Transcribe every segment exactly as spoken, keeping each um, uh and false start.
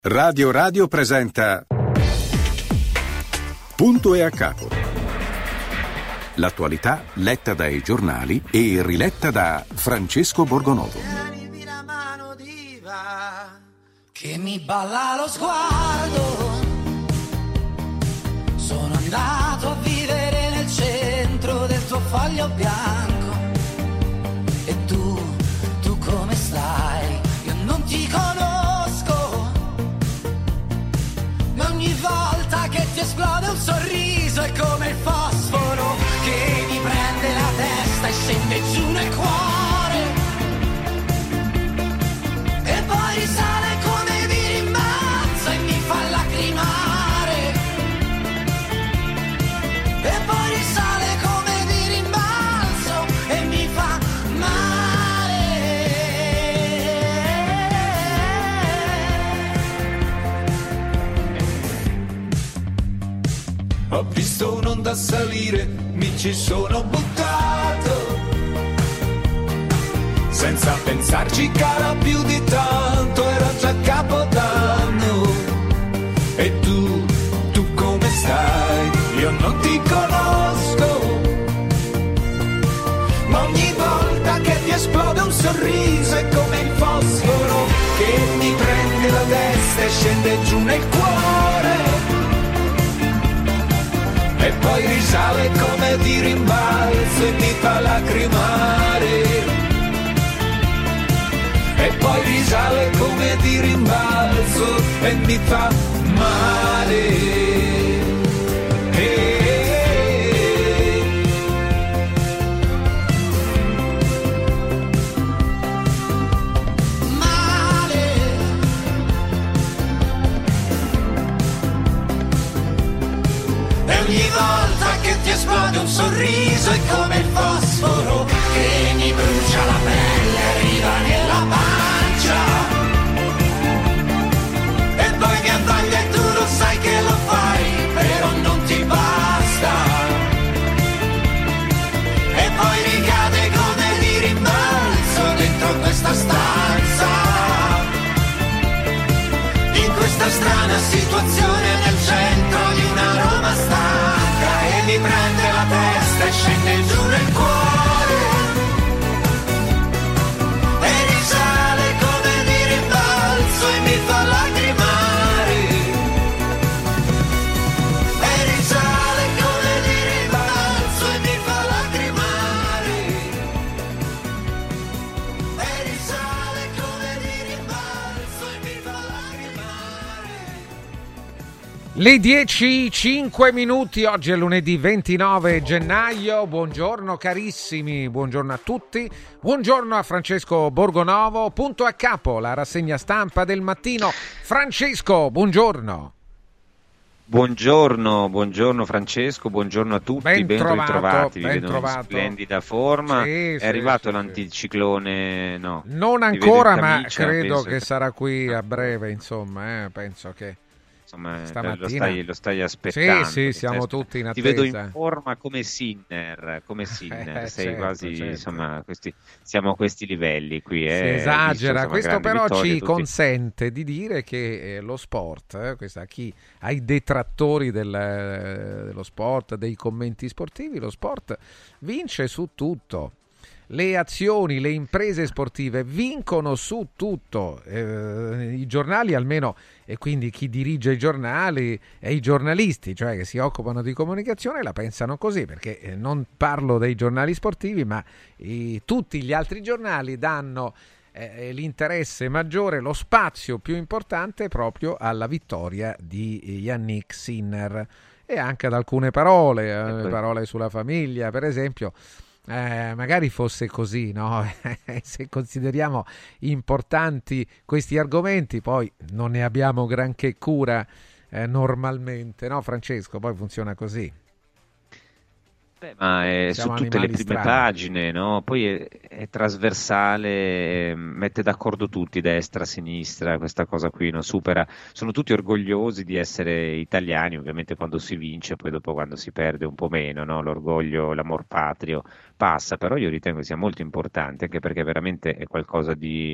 Radio Radio presenta Punto e a capo. L'attualità letta dai giornali e riletta da Francesco Borgonovo. Tienimi la mano diva che mi balla lo sguardo. Sono andato a vivere nel centro del tuo foglio bianco. E tu, tu come stai? Io non ti conosco. Ma ogni volta che ti esplode un sorriso è come il fosforo che mi prende la testa e scende giù nel cuore. E poi risale come di rimbalzo e mi fa lacrimare. E poi risale come di rimbalzo e mi fa male. Ho visto un'onda salire, mi ci sono buttato, senza pensarci cara più di tanto, era già Capodanno. E tu, tu come stai? Io non ti conosco, ma ogni volta che ti esplode un sorriso è come il fosforo che mi prende la testa e scende giù nel cuore. E poi risale come di rimbalzo e mi fa lacrimare. E poi risale come di rimbalzo e mi fa male. Ogni volta che ti esplode un sorriso è come il fosforo che mi brucia la pelle, arriva nella pancia. E poi mi avvaglia e tu lo sai che lo fai, però non ti basta. E poi ricade come di rimbalzo dentro questa stanza, in questa strana situazione nel centro di una Roma stanca, e mi prende la testa e scende giù nel cuore. E risale come di rimbalzo e mi fa lacrimare. E risale come di rimbalzo e mi fa lacrimare. E risale come di rimbalzo e mi fa lacrimare. Le dieci e cinque minuti, oggi è lunedì ventinove gennaio, buongiorno carissimi, buongiorno a tutti, buongiorno a Francesco Borgonovo, Punto a capo, la rassegna stampa del mattino. Francesco, buongiorno. Buongiorno, buongiorno Francesco, buongiorno a tutti, Ben ben, trovato, ritrovati, vi ben vedo in trovato. splendida forma. Sì, È sì, arrivato sì, l'anticiclone, no? Non vi vedo ancora, in ma camicia, credo penso che sarà qui a breve, insomma, eh, penso che... Insomma, Stamattina. lo stai, lo stai aspettando. Sì, sì, lo siamo stai tutti in Ti attesa. vedo in forma come Sinner, come Sinner. Eh, sei certo, quasi, certo. insomma, questi, siamo a questi livelli qui. Si Eh, esagera, visto, insomma, questo grandi però vittorie, ci tutti- consente di dire che eh, lo sport, eh, questa, chi ai detrattori del, eh, dello sport, dei commenti sportivi, lo sport vince su tutto. Le azioni, le imprese sportive vincono su tutto, eh, i giornali almeno, e quindi chi dirige i giornali e i giornalisti, cioè che si occupano di comunicazione, la pensano così, perché eh, non parlo dei giornali sportivi, ma i, tutti gli altri giornali danno eh, l'interesse maggiore, lo spazio più importante proprio alla vittoria di Yannick Sinner, e anche ad alcune parole, eh, parole sulla famiglia, per esempio. Eh, magari fosse così, no? Se consideriamo importanti questi argomenti, poi non ne abbiamo granché cura eh, normalmente, no Francesco? Poi funziona così. Beh, ma è Siamo su tutte le animali prime strani. pagine, no? Poi è, è trasversale, eh, mette d'accordo tutti, destra, sinistra, questa cosa qui, no? Supera, sono tutti orgogliosi di essere italiani, ovviamente quando si vince, poi dopo quando si perde un po' meno, no? L'orgoglio, l'amor patrio passa, però io ritengo che sia molto importante, anche perché veramente è qualcosa di,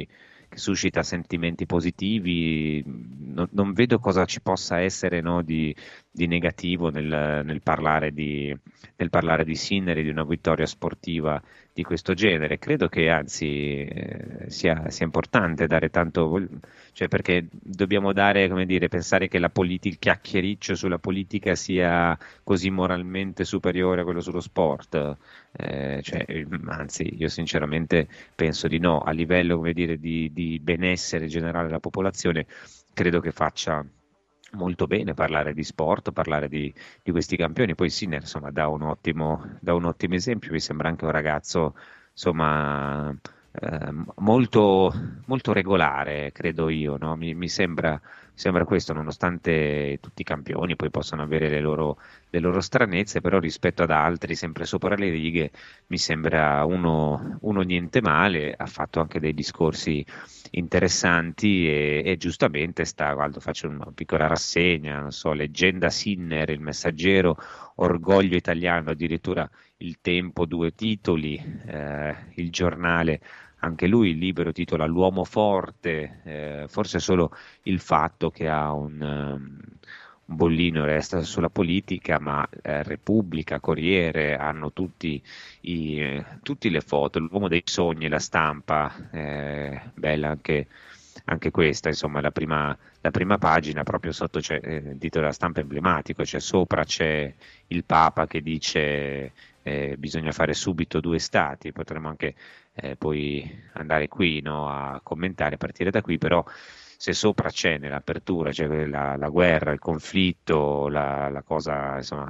che suscita sentimenti positivi. Non, non vedo cosa ci possa essere, no, di, di negativo nel, nel parlare di, nel parlare di Sinner e di una vittoria sportiva di questo genere. Credo che anzi eh, sia, sia importante dare tanto, cioè perché dobbiamo dare, come dire, pensare che la politica, il chiacchiericcio sulla politica sia così moralmente superiore a quello sullo sport. Eh, cioè, anzi, io sinceramente penso di no. A livello, come dire, di, di benessere generale della popolazione, credo che faccia molto bene parlare di sport, parlare di, di questi campioni. Poi Sinner, insomma, dà un ottimo, dà un ottimo esempio. Mi sembra anche un ragazzo, insomma, eh, molto, molto regolare, credo io, no? Mi, mi sembra, mi sembra questo, nonostante tutti i campioni poi possano avere le loro, le loro stranezze, però rispetto ad altri, sempre sopra le righe, mi sembra uno, uno niente male. Ha fatto anche dei discorsi interessanti e, e giustamente sta, guarda, faccio una piccola rassegna, non so, leggenda Sinner, Il Messaggero, orgoglio italiano, addirittura Il Tempo, due titoli, eh, Il Giornale, anche lui il Libero titola L'uomo forte, eh, forse solo il fatto che ha un, um, un bollino resta sulla politica, ma eh, Repubblica, Corriere hanno tutti, i, eh, tutte le foto, l'uomo dei sogni, La Stampa, eh, bella anche, anche questa, insomma, la prima, la prima pagina, proprio sotto c'è eh, il titolo della Stampa emblematico, cioè sopra c'è il Papa che dice eh, bisogna fare subito due stati. Potremmo anche eh, poi andare qui, no, a commentare, partire da qui, però se sopra c'è nell'apertura, cioè la, la guerra, il conflitto, la, la cosa, insomma,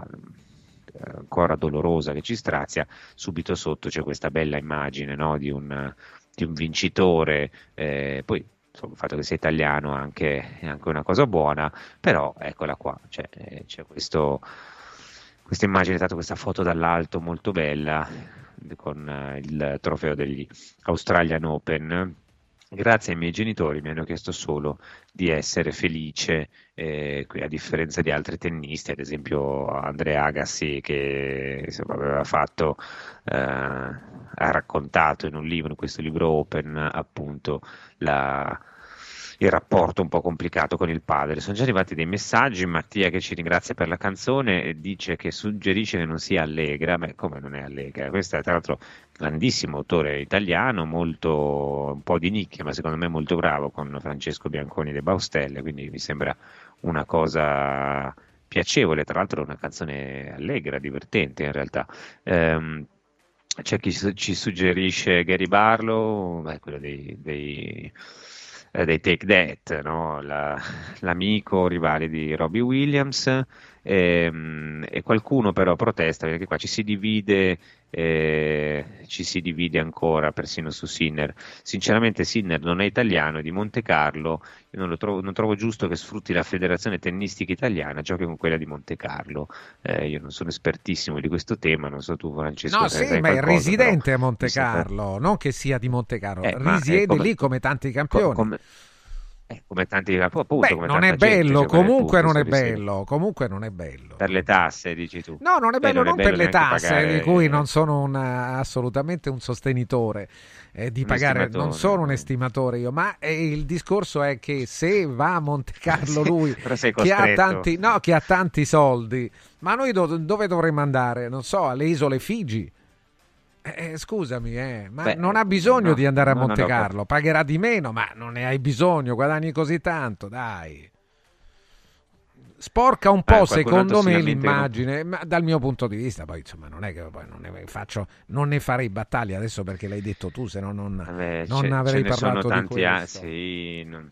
ancora dolorosa che ci strazia, subito sotto c'è questa bella immagine, no, di un, di un vincitore, eh, poi insomma, il fatto che sia italiano anche, è anche una cosa buona, però eccola qua, cioè, eh, c'è questo, questa immagine, dato questa foto dall'alto molto bella con eh, il trofeo degli Australian Open. Grazie ai miei genitori mi hanno chiesto solo di essere felice, eh, a differenza di altri tennisti, ad esempio Andrea Agassi, che insomma, aveva fatto, eh, ha raccontato in un libro, in questo libro Open, appunto la, il rapporto un po' complicato con il padre. Sono già arrivati dei messaggi. Mattia, che ci ringrazia per la canzone, dice che suggerisce che non sia allegra. Beh, come non è allegra? Questo è tra l'altro grandissimo autore italiano, molto un po' di nicchia, ma secondo me molto bravo, con Francesco Bianconi de Baustelle, quindi mi sembra una cosa piacevole. Tra l'altro una canzone allegra, divertente in realtà. Ehm, c'è chi ci suggerisce Gary Barlow, beh, quello dei, dei dei Take That, no? La, l'amico rivale di Robbie Williams, ehm, e qualcuno però protesta perché qua ci si divide, eh, ci si divide ancora persino su Sinner. Sinceramente Sinner non è italiano, è di Monte Carlo, io non, lo trovo, non trovo giusto che sfrutti la federazione tennistica italiana, giochi con quella di Monte Carlo. Eh, io non sono espertissimo di questo tema, non so tu Francesco. No, sì, ma è residente a Monte Carlo, non che sia di Monte Carlo, eh, risiede come, lì come tanti campioni. Come, Eh, come tanti appunto, Beh, come non è bello, gente, comunque non è bello, comunque non è bello. Per le tasse, dici tu? No, non è bello, Beh, non, non è per bello le tasse, pagare... di cui non sono una, assolutamente un sostenitore eh, di un pagare, non sono un estimatore io, ma eh, il discorso è che se va a Monte Carlo lui che ha tanti, no, che ha tanti soldi, ma noi do, dove dovremmo andare? Non so, alle isole Figi. Eh, scusami, eh, ma Beh, non ha bisogno no, di andare a no, Monte Carlo, no, no. Pagherà di meno, ma non ne hai bisogno, guadagni così tanto, dai. Sporca un po', eh, secondo me, l'immagine, non... ma dal mio punto di vista, poi insomma non è che poi non ne faccio, non ne farei battaglia adesso perché l'hai detto tu, se no non, Vabbè, non avrei ce parlato ne sono tanti di questo. A... sì, non...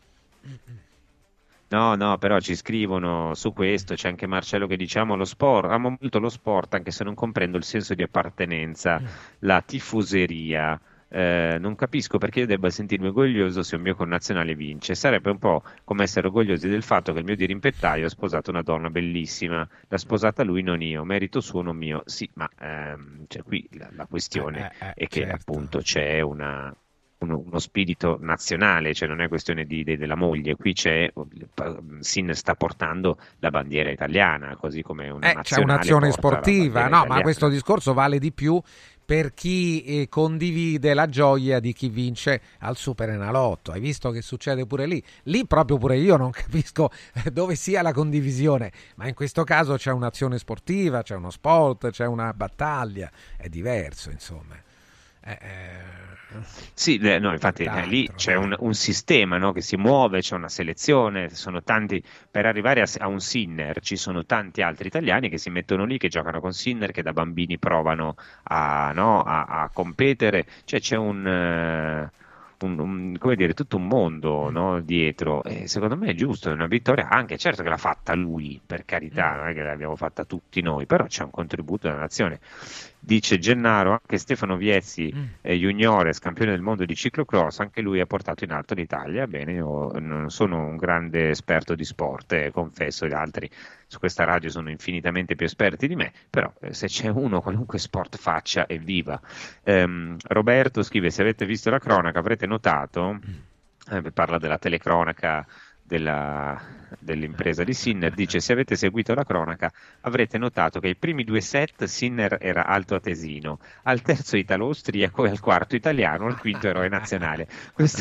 No, no, però ci scrivono su questo, c'è anche Marcello che diciamo lo sport, amo molto lo sport anche se non comprendo il senso di appartenenza, la tifoseria, eh, non capisco perché io debba sentirmi orgoglioso se un mio connazionale vince, sarebbe un po' come essere orgogliosi del fatto che il mio dirimpettaio ha sposato una donna bellissima, l'ha sposata lui non io, merito suo non mio, sì, ma ehm, cioè qui la, la questione eh, eh, è che certo. appunto c'è una... uno, uno spirito nazionale, cioè non è questione di, de- della moglie, qui c'è, Sinner sta portando la bandiera italiana, così come una Eh, c'è nazionale un'azione porta la sportiva, bandiera no, ma italiana. questo discorso vale di più per chi eh, condivide la gioia di chi vince al Superenalotto. Hai visto che succede pure lì? Lì proprio pure io non capisco dove sia la condivisione, ma in questo caso c'è un'azione sportiva, c'è uno sport, c'è una battaglia, è diverso, insomma. Eh, eh, Sì, eh, no, infatti eh, lì tutt'altro, c'è dai. un, un sistema, no, che si muove, c'è una selezione, sono tanti, per arrivare a, a un Sinner ci sono tanti altri italiani che si mettono lì, che giocano con Sinner, che da bambini provano a, no, a, a competere, cioè c'è un, eh, un- un- come dire, tutto un mondo, no, dietro, e secondo me è giusto, è una vittoria, anche certo che l'ha fatta lui, per carità, non è che l'abbiamo fatta tutti noi, però c'è un contributo della nazione. Dice Gennaro, anche Stefano Viezzi, Mm. eh, juniores, campione del mondo di ciclocross, anche lui ha portato in alto l'Italia. Bene, io non sono un grande esperto di sport, eh, confesso, gli altri su questa radio sono infinitamente più esperti di me, però eh, se c'è uno, qualunque sport faccia, evviva. Ehm, Roberto scrive, se avete visto la cronaca avrete notato, eh, parla della telecronaca della- dell'impresa di Sinner, dice se avete seguito la cronaca avrete notato che ai primi due set Sinner era altoatesino, al terzo italo-austriaco e al quarto italiano, al quinto eroe nazionale. Questo,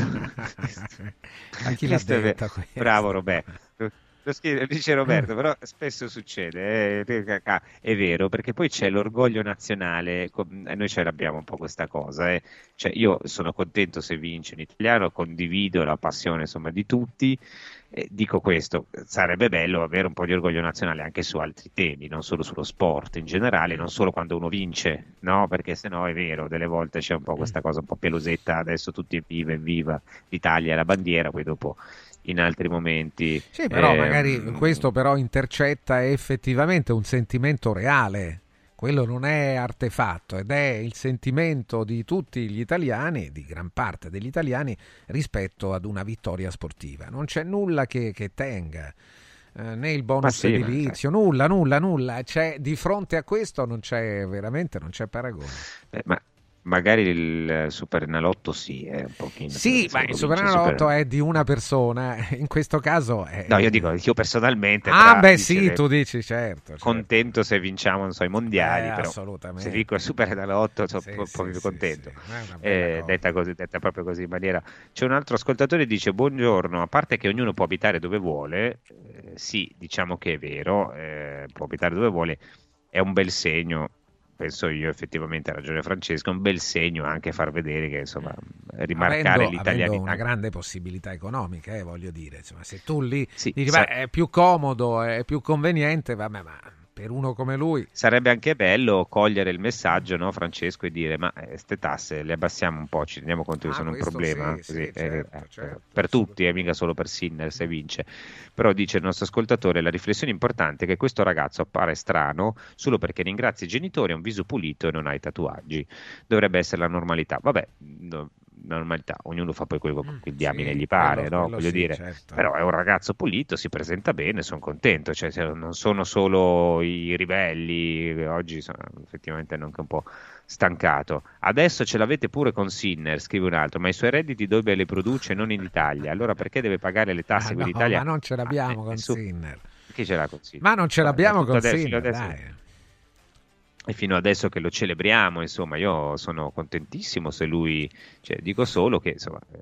Ma chi l'ha questo è detta vero. questa? Bravo Roberto. Lo scrive- dice Roberto, però spesso succede, eh, è vero, perché poi c'è l'orgoglio nazionale, co- e noi ce l'abbiamo un po' questa cosa, eh. Cioè, io sono contento se vince in italiano, condivido la passione insomma di tutti, eh, dico questo, sarebbe bello avere un po' di orgoglio nazionale anche su altri temi, non solo sullo sport in generale, non solo quando uno vince, no? Perché sennò è vero, delle volte c'è un po' questa cosa un po' pelosetta, adesso tutti evviva, evviva, l'Italia e la bandiera, poi dopo in altri momenti. Sì, però ehm, magari questo però intercetta effettivamente un sentimento reale. Quello non è artefatto ed è il sentimento di tutti gli italiani, di gran parte degli italiani, rispetto ad una vittoria sportiva. Non c'è nulla che, che tenga, eh, né il Ma bonus sì, ma- edilizio, nulla, nulla, nulla. C'è, di fronte a questo non c'è veramente, non c'è paragone. eh, ma magari il Superenalotto sì, è un pochino. Sì, se ma lo il vince Superenalotto Super- è di una persona, in questo caso è... No, io dico, io personalmente Ah, tra- beh, dice, sì, eh, tu dici, certo. certo. contento se vinciamo, non so, i mondiali, Eh, però assolutamente. se vinco il Superenalotto sono Sì, un po' sì, più sì, contento. sì, ma è una bella Eh, cosa. detta così, detta proprio così in maniera. C'è un altro ascoltatore che dice: buongiorno, a parte che ognuno può abitare dove vuole, eh, sì, diciamo che è vero, eh, può abitare dove vuole, è un bel segno. Penso io effettivamente ha ragione Francesco, è un bel segno anche far vedere che insomma rimarcare avendo, l'italianità. avendo una grande possibilità economica, eh, voglio dire, insomma, se tu lì Sì, dici, sa- beh, è più comodo, è più conveniente, vabbè, ma per uno come lui, Sarebbe anche bello cogliere il messaggio, no, Francesco, e dire: ma queste tasse le abbassiamo un po', ci rendiamo conto che Ah, sono un questo problema, sì, così, sì, eh, certo, eh, certo, per tutti, eh, mica solo per Sinner se vince. Però dice il nostro ascoltatore: la riflessione importante è che questo ragazzo appare strano solo perché ringrazia i genitori, ha un viso pulito e non ha i tatuaggi. Dovrebbe essere la normalità. Vabbè, no, normalità, ognuno fa poi quello che il diamine sì, gli pare, quello- no? quello Voglio sì, dire, certo. però è un ragazzo pulito, si presenta bene, sono contento, cioè, se- non sono solo i ribelli, oggi sono effettivamente anche un po' stancato. Adesso ce l'avete pure con Sinner, scrive un altro, ma i suoi redditi dove le produce, non in Italia, allora perché deve pagare le tasse Ah, qui in no, Italia? ma non ce l'abbiamo Ah, eh, con nessuno- Sinner. Chi ce l'ha con Sinner? Ma non ce Ma l'abbiamo tutto con adesso- fino Sinner, adesso- dai. e fino adesso che lo celebriamo, insomma, io sono contentissimo se lui, cioè, dico solo che insomma, eh,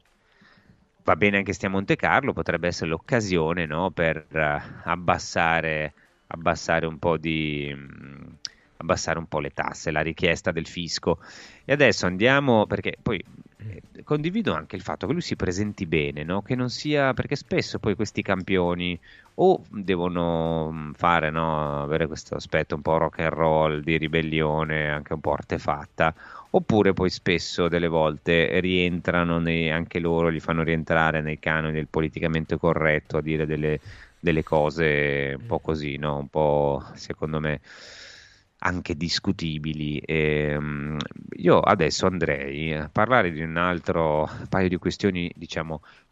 va bene anche stia a Monte Carlo, potrebbe essere l'occasione, no, per eh, abbassare, abbassare un po' di mh, abbassare un po' le tasse, la richiesta del fisco. E adesso andiamo, perché poi eh, condivido anche il fatto che lui si presenti bene, no? Che non sia, perché spesso poi questi campioni o devono mh, fare, no, avere questo aspetto un po' rock and roll, di ribellione, anche un po' artefatta, oppure poi spesso delle volte rientrano nei, anche loro li fanno rientrare nei canoni del politicamente corretto a dire delle, delle cose un po' così, no? Un po' secondo me anche discutibili. Ehm, io adesso andrei a parlare di un altro paio di questioni, diciamo,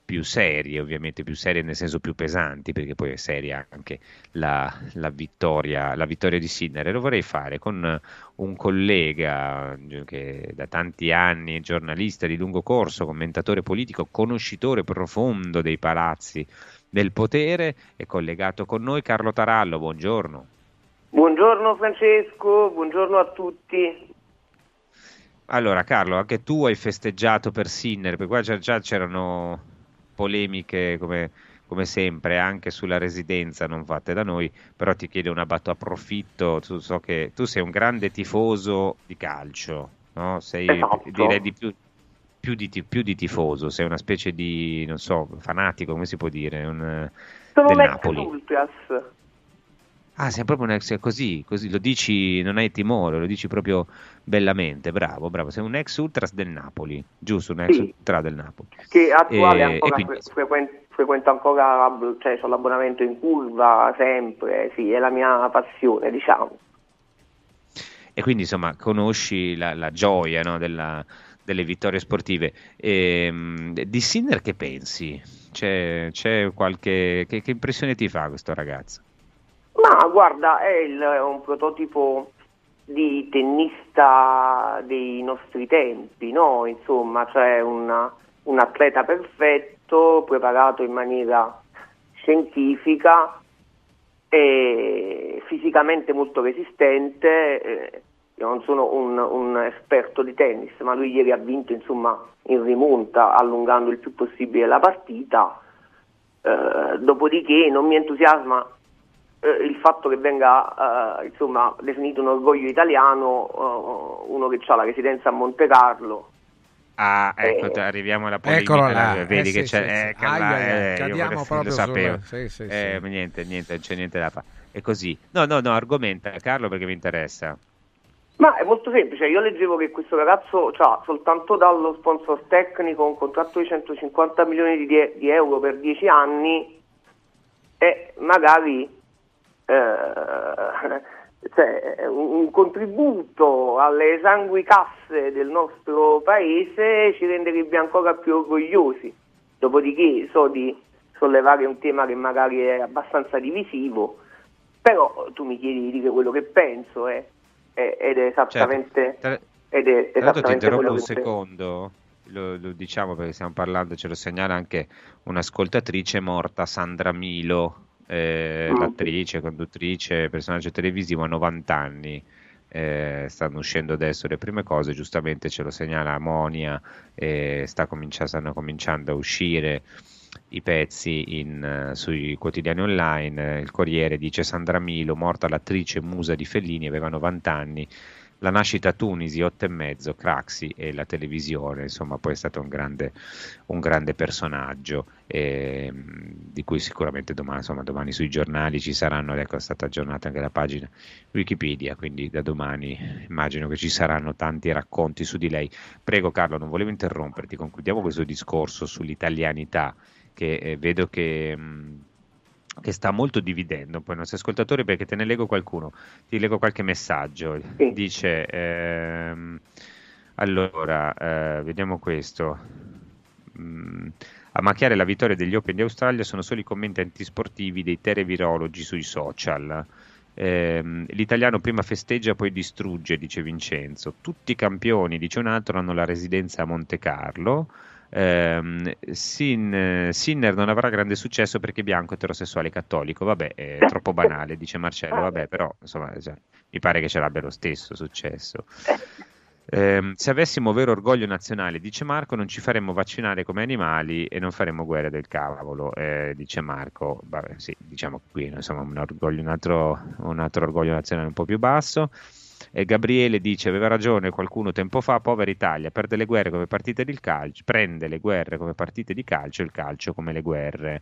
più serie, ovviamente più serie nel senso più pesanti, perché poi è seria anche la, la vittoria, la vittoria di Sinner. E lo vorrei fare con un collega che da tanti anni è giornalista di lungo corso, commentatore politico, conoscitore profondo dei palazzi del potere, è collegato con noi. Carlo Tarallo, buongiorno. Buongiorno Francesco, buongiorno a tutti. Allora Carlo, anche tu hai festeggiato per Sinner, perché qua già, già c'erano polemiche come, come sempre anche sulla residenza non fatte da noi, però ti chiedo una battuta, approfitto, tu, so che tu sei un grande tifoso di calcio, no? Sei, esatto. direi di più, più, di, più di tifoso, sei una specie di, non so, fanatico, come si può dire, un, Sono del un ex Napoli. ultras. Ah, sei proprio un ex, così, così lo dici, non hai timore, lo dici proprio bellamente, bravo, bravo, sei un ex ultras del Napoli, giusto, un ex Sì. ultra del Napoli. Che attuale E- ancora e quindi- fre- frequen- frequento ancora, la- cioè ho l'abbonamento in curva sempre, sì, è la mia passione, diciamo. E quindi insomma conosci la, la gioia, no, della- delle vittorie sportive. Ehm, di Sinner che pensi? C'è, c'è qualche... Che, che impressione ti fa questo ragazzo? Ma guarda, è, il- è un prototipo di tennista dei nostri tempi, no? Insomma, cioè una- un atleta perfetto, preparato in maniera scientifica e fisicamente molto resistente. Eh, io non sono un, un esperto di tennis, ma lui ieri ha vinto, insomma, in rimonta, allungando il più possibile la partita. Eh, dopodiché non mi entusiasma eh, il fatto che venga eh, insomma definito un orgoglio italiano, eh, uno che ha la residenza a Monte Carlo. Ah, ecco, Eh, arriviamo alla polemica, Eccolo là, la- vedi eh, che sì, c'è, sì, sì. ecco là, Ai, ai, ai, eh, io cadiamo lo proprio sapevo, sulla- sì, sì, Eh, sì. niente, niente, non c'è niente da fare, è così. No, no, no, argomenta Carlo perché mi interessa. Ma è molto semplice, io leggevo che questo ragazzo ha soltanto dallo sponsor tecnico un contratto di centocinquanta milioni di, die- di euro per dieci anni e magari eh, cioè, un, un contributo alle esangui casse del nostro paese ci renderebbe ancora più orgogliosi. Dopodiché so di sollevare un tema che magari è abbastanza divisivo, però tu mi chiedi di dire quello che penso eh, eh, ed è esattamente, Certo. ed è Tra l'altro ti esattamente interrompo quello un che penso. secondo, lo, lo diciamo perché stiamo parlando, ce lo segnala anche un'ascoltatrice morta, Sandra Milo, eh, Mm. l'attrice, conduttrice, personaggio televisivo a novanta anni. Eh, stanno uscendo adesso le prime cose, giustamente ce lo segnala Monia, eh, sta comincia- stanno cominciando a uscire i pezzi in, eh, sui quotidiani online. Il Corriere dice: Sandra Milo, morta l'attrice musa di Fellini, aveva novanta anni. La nascita a Tunisi, otto e mezzo, Craxi e la televisione, insomma, poi è stato un grande, un grande personaggio, ehm, di cui sicuramente domani, insomma, domani sui giornali ci saranno, ecco, è stata aggiornata anche la pagina Wikipedia, quindi da domani immagino che ci saranno tanti racconti su di lei. Prego Carlo, non volevo interromperti, concludiamo questo discorso sull'italianità che eh, vedo che... mh, che sta molto dividendo poi i nostri ascoltatori, perché te ne leggo qualcuno, ti leggo qualche messaggio. Sì. Dice ehm, allora eh, vediamo questo. Mm, a macchiare la vittoria degli Open di Australia sono solo i commenti antisportivi dei televirologi sui social. Ehm, l'italiano prima festeggia poi distrugge, dice Vincenzo. Tutti i campioni, dice un altro, hanno la residenza a Monte Carlo. Ehm, Sin- Sinner non avrà grande successo perché è bianco, eterosessuale, cattolico. Vabbè, è troppo banale, dice Marcello. Vabbè, però insomma, cioè, mi pare che ce l'abbia lo stesso successo. Ehm, se avessimo vero orgoglio nazionale, dice Marco, non ci faremmo vaccinare come animali e non faremmo guerra del cavolo, eh, dice Marco. Vabbè, sì, diciamo qui insomma un orgoglio, un altro, un altro orgoglio nazionale un po' più basso. E Gabriele dice: aveva ragione qualcuno tempo fa, povera Italia, perde le guerre come partite di calcio, prende le guerre come partite di calcio, il calcio come le guerre.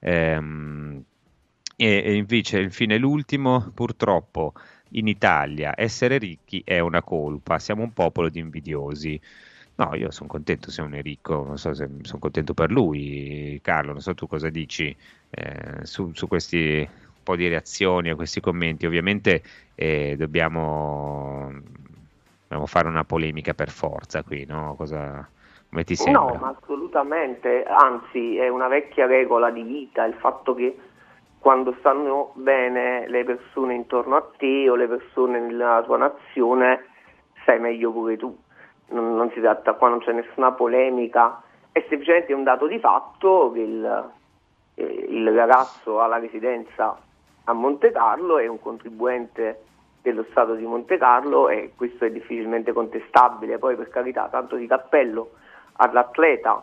Ehm, e, e invece infine l'ultimo, purtroppo in Italia essere ricchi è una colpa, siamo un popolo di invidiosi. No, io sono contento se uno è ricco, non so se sono contento per lui. Carlo, non so tu cosa dici eh, su, su questi un po' di reazioni a questi commenti. Ovviamente eh, dobbiamo, dobbiamo fare una polemica per forza qui, no? Cosa, Come ti sembra? No, ma assolutamente, anzi è una vecchia regola di vita il fatto che quando stanno bene le persone intorno a te o le persone nella tua nazione sai meglio pure tu. Non, non si tratta, qua non c'è nessuna polemica, è semplicemente un dato di fatto che il, eh, il ragazzo ha la residenza a Monte Carlo, è un contribuente dello Stato di Monte Carlo e questo è difficilmente contestabile. Poi, per carità, tanto di cappello all'atleta.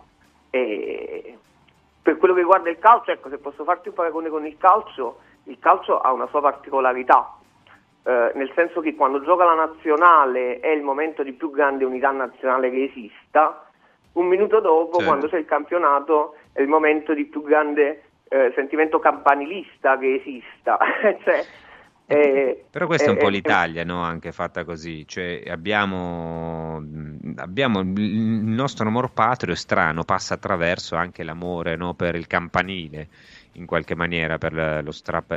E per quello che riguarda il calcio, ecco, se posso farti un paragone con il calcio, il calcio ha una sua particolarità, eh, nel senso che quando gioca la nazionale è il momento di più grande unità nazionale che esista, un minuto dopo, certo, quando c'è il campionato, è il momento di più grande eh, sentimento campanilista che esista. cioè, Eh, però questa è un eh, po' eh, l'Italia, no? Anche fatta così, cioè abbiamo, abbiamo il nostro amor patrio è strano, passa attraverso anche l'amore, no? Per il campanile, in qualche maniera, per lo strap-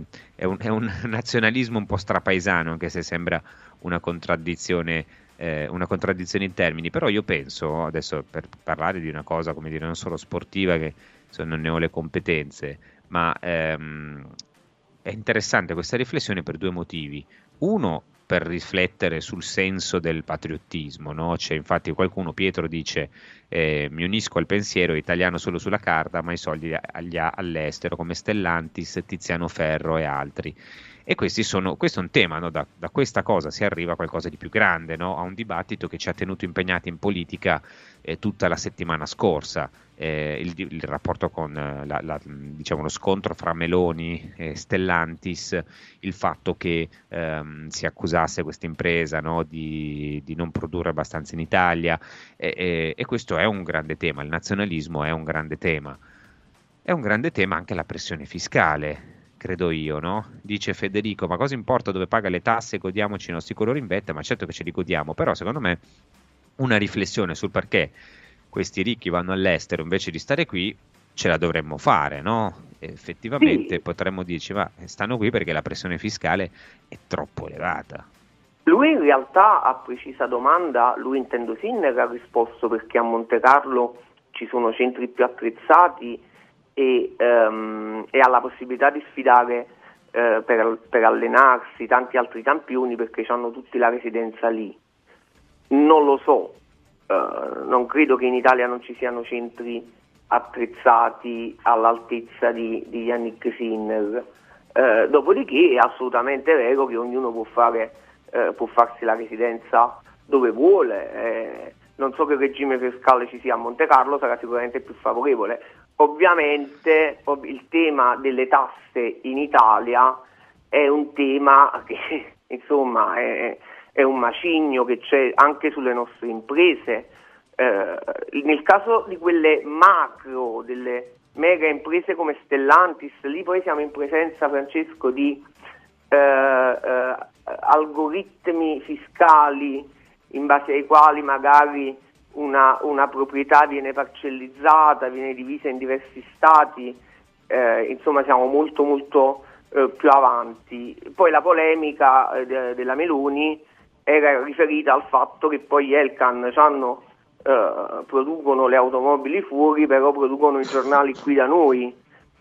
è un, è un nazionalismo un po' strapaesano, anche se sembra una contraddizione, eh, una contraddizione in termini. Però io penso, adesso per parlare di una cosa, come dire, non solo sportiva, che insomma, non ne ho le competenze, ma ehm, è interessante questa riflessione per due motivi. Uno, per riflettere sul senso del patriottismo, no? C'è infatti qualcuno, Pietro dice, eh, mi unisco al pensiero italiano solo sulla carta, ma i soldi agli, all'estero, come Stellantis, Tiziano Ferro e altri. E questi sono, questo è un tema, no? da, da questa cosa si arriva a qualcosa di più grande, no? A un dibattito che ci ha tenuto impegnati in politica eh, tutta la settimana scorsa, eh, il, il rapporto con eh, la, la, diciamo, lo scontro fra Meloni e Stellantis, il fatto che ehm, si accusasse questa impresa, no? di, di non produrre abbastanza in Italia, e, e, e questo è un grande tema, il nazionalismo è un grande tema. È un grande tema anche la pressione fiscale, credo io, no? Dice Federico, ma cosa importa dove paga le tasse, godiamoci i nostri colori in vetta, ma certo che ce li godiamo, però secondo me una riflessione sul perché questi ricchi vanno all'estero invece di stare qui ce la dovremmo fare, no? Effettivamente Sì. Potremmo dirci, ma stanno qui perché la pressione fiscale è troppo elevata. Lui in realtà a precisa domanda, lui intendo Sinner ha risposto perché a Monte Carlo ci sono centri più attrezzati e, um, e ha la possibilità di sfidare uh, per, per allenarsi tanti altri campioni perché hanno tutti la residenza lì. Non lo so, uh, non credo che in Italia non ci siano centri attrezzati all'altezza di, di Yannick Sinner. Uh, dopodiché è assolutamente vero che ognuno può fare uh, può farsi la residenza dove vuole. Eh, non so che regime fiscale ci sia a Monte Carlo, sarà sicuramente più favorevole. Ovviamente il tema delle tasse in Italia è un tema che insomma è, è un macigno che c'è anche sulle nostre imprese. Eh, nel caso di quelle macro, delle mega imprese come Stellantis, lì poi siamo in presenza, Francesco, di eh, eh, algoritmi fiscali in base ai quali magari Una, una proprietà viene parcellizzata, viene divisa in diversi stati, eh, insomma siamo molto molto eh, più avanti. Poi la polemica eh, de, della Meloni era riferita al fatto che poi gli Elkann c'hanno, eh, producono le automobili fuori, però producono i giornali qui da noi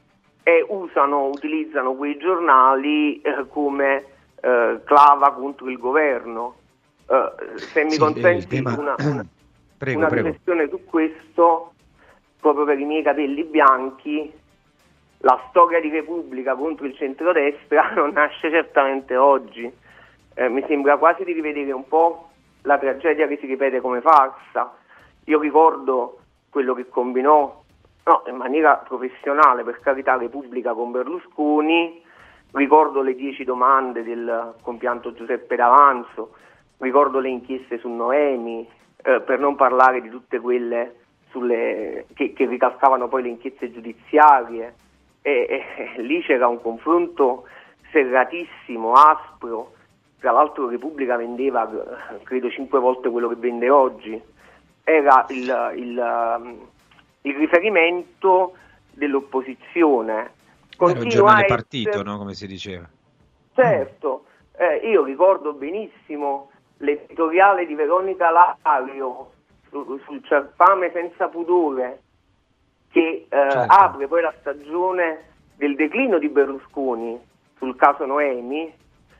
e usano, utilizzano quei giornali eh, come eh, clava contro il governo. Eh, se mi Sì, consenti tema... una, una Prego, una prego. riflessione su questo, proprio per i miei capelli bianchi, la storia di Repubblica contro il centrodestra non nasce certamente oggi. Eh, mi sembra quasi di rivedere un po' la tragedia che si ripete come farsa. Io ricordo quello che combinò, no, in maniera professionale, per carità, Repubblica con Berlusconi, ricordo le dieci domande del compianto Giuseppe D'Avanzo, ricordo le inchieste su Noemi, Eh, per non parlare di tutte quelle sulle, che, che ricalcavano poi le inchieste giudiziarie e, e, e lì c'era un confronto serratissimo, aspro. Tra l'altro Repubblica vendeva credo cinque volte quello che vende oggi, era il, il, il riferimento dell'opposizione. Era un giornale a partito, essere... no? Come si diceva. Certo, eh, io ricordo benissimo l'editoriale di Veronica Lario su, sul ciarpame senza pudore che eh, certo. apre poi la stagione del declino di Berlusconi sul caso Noemi,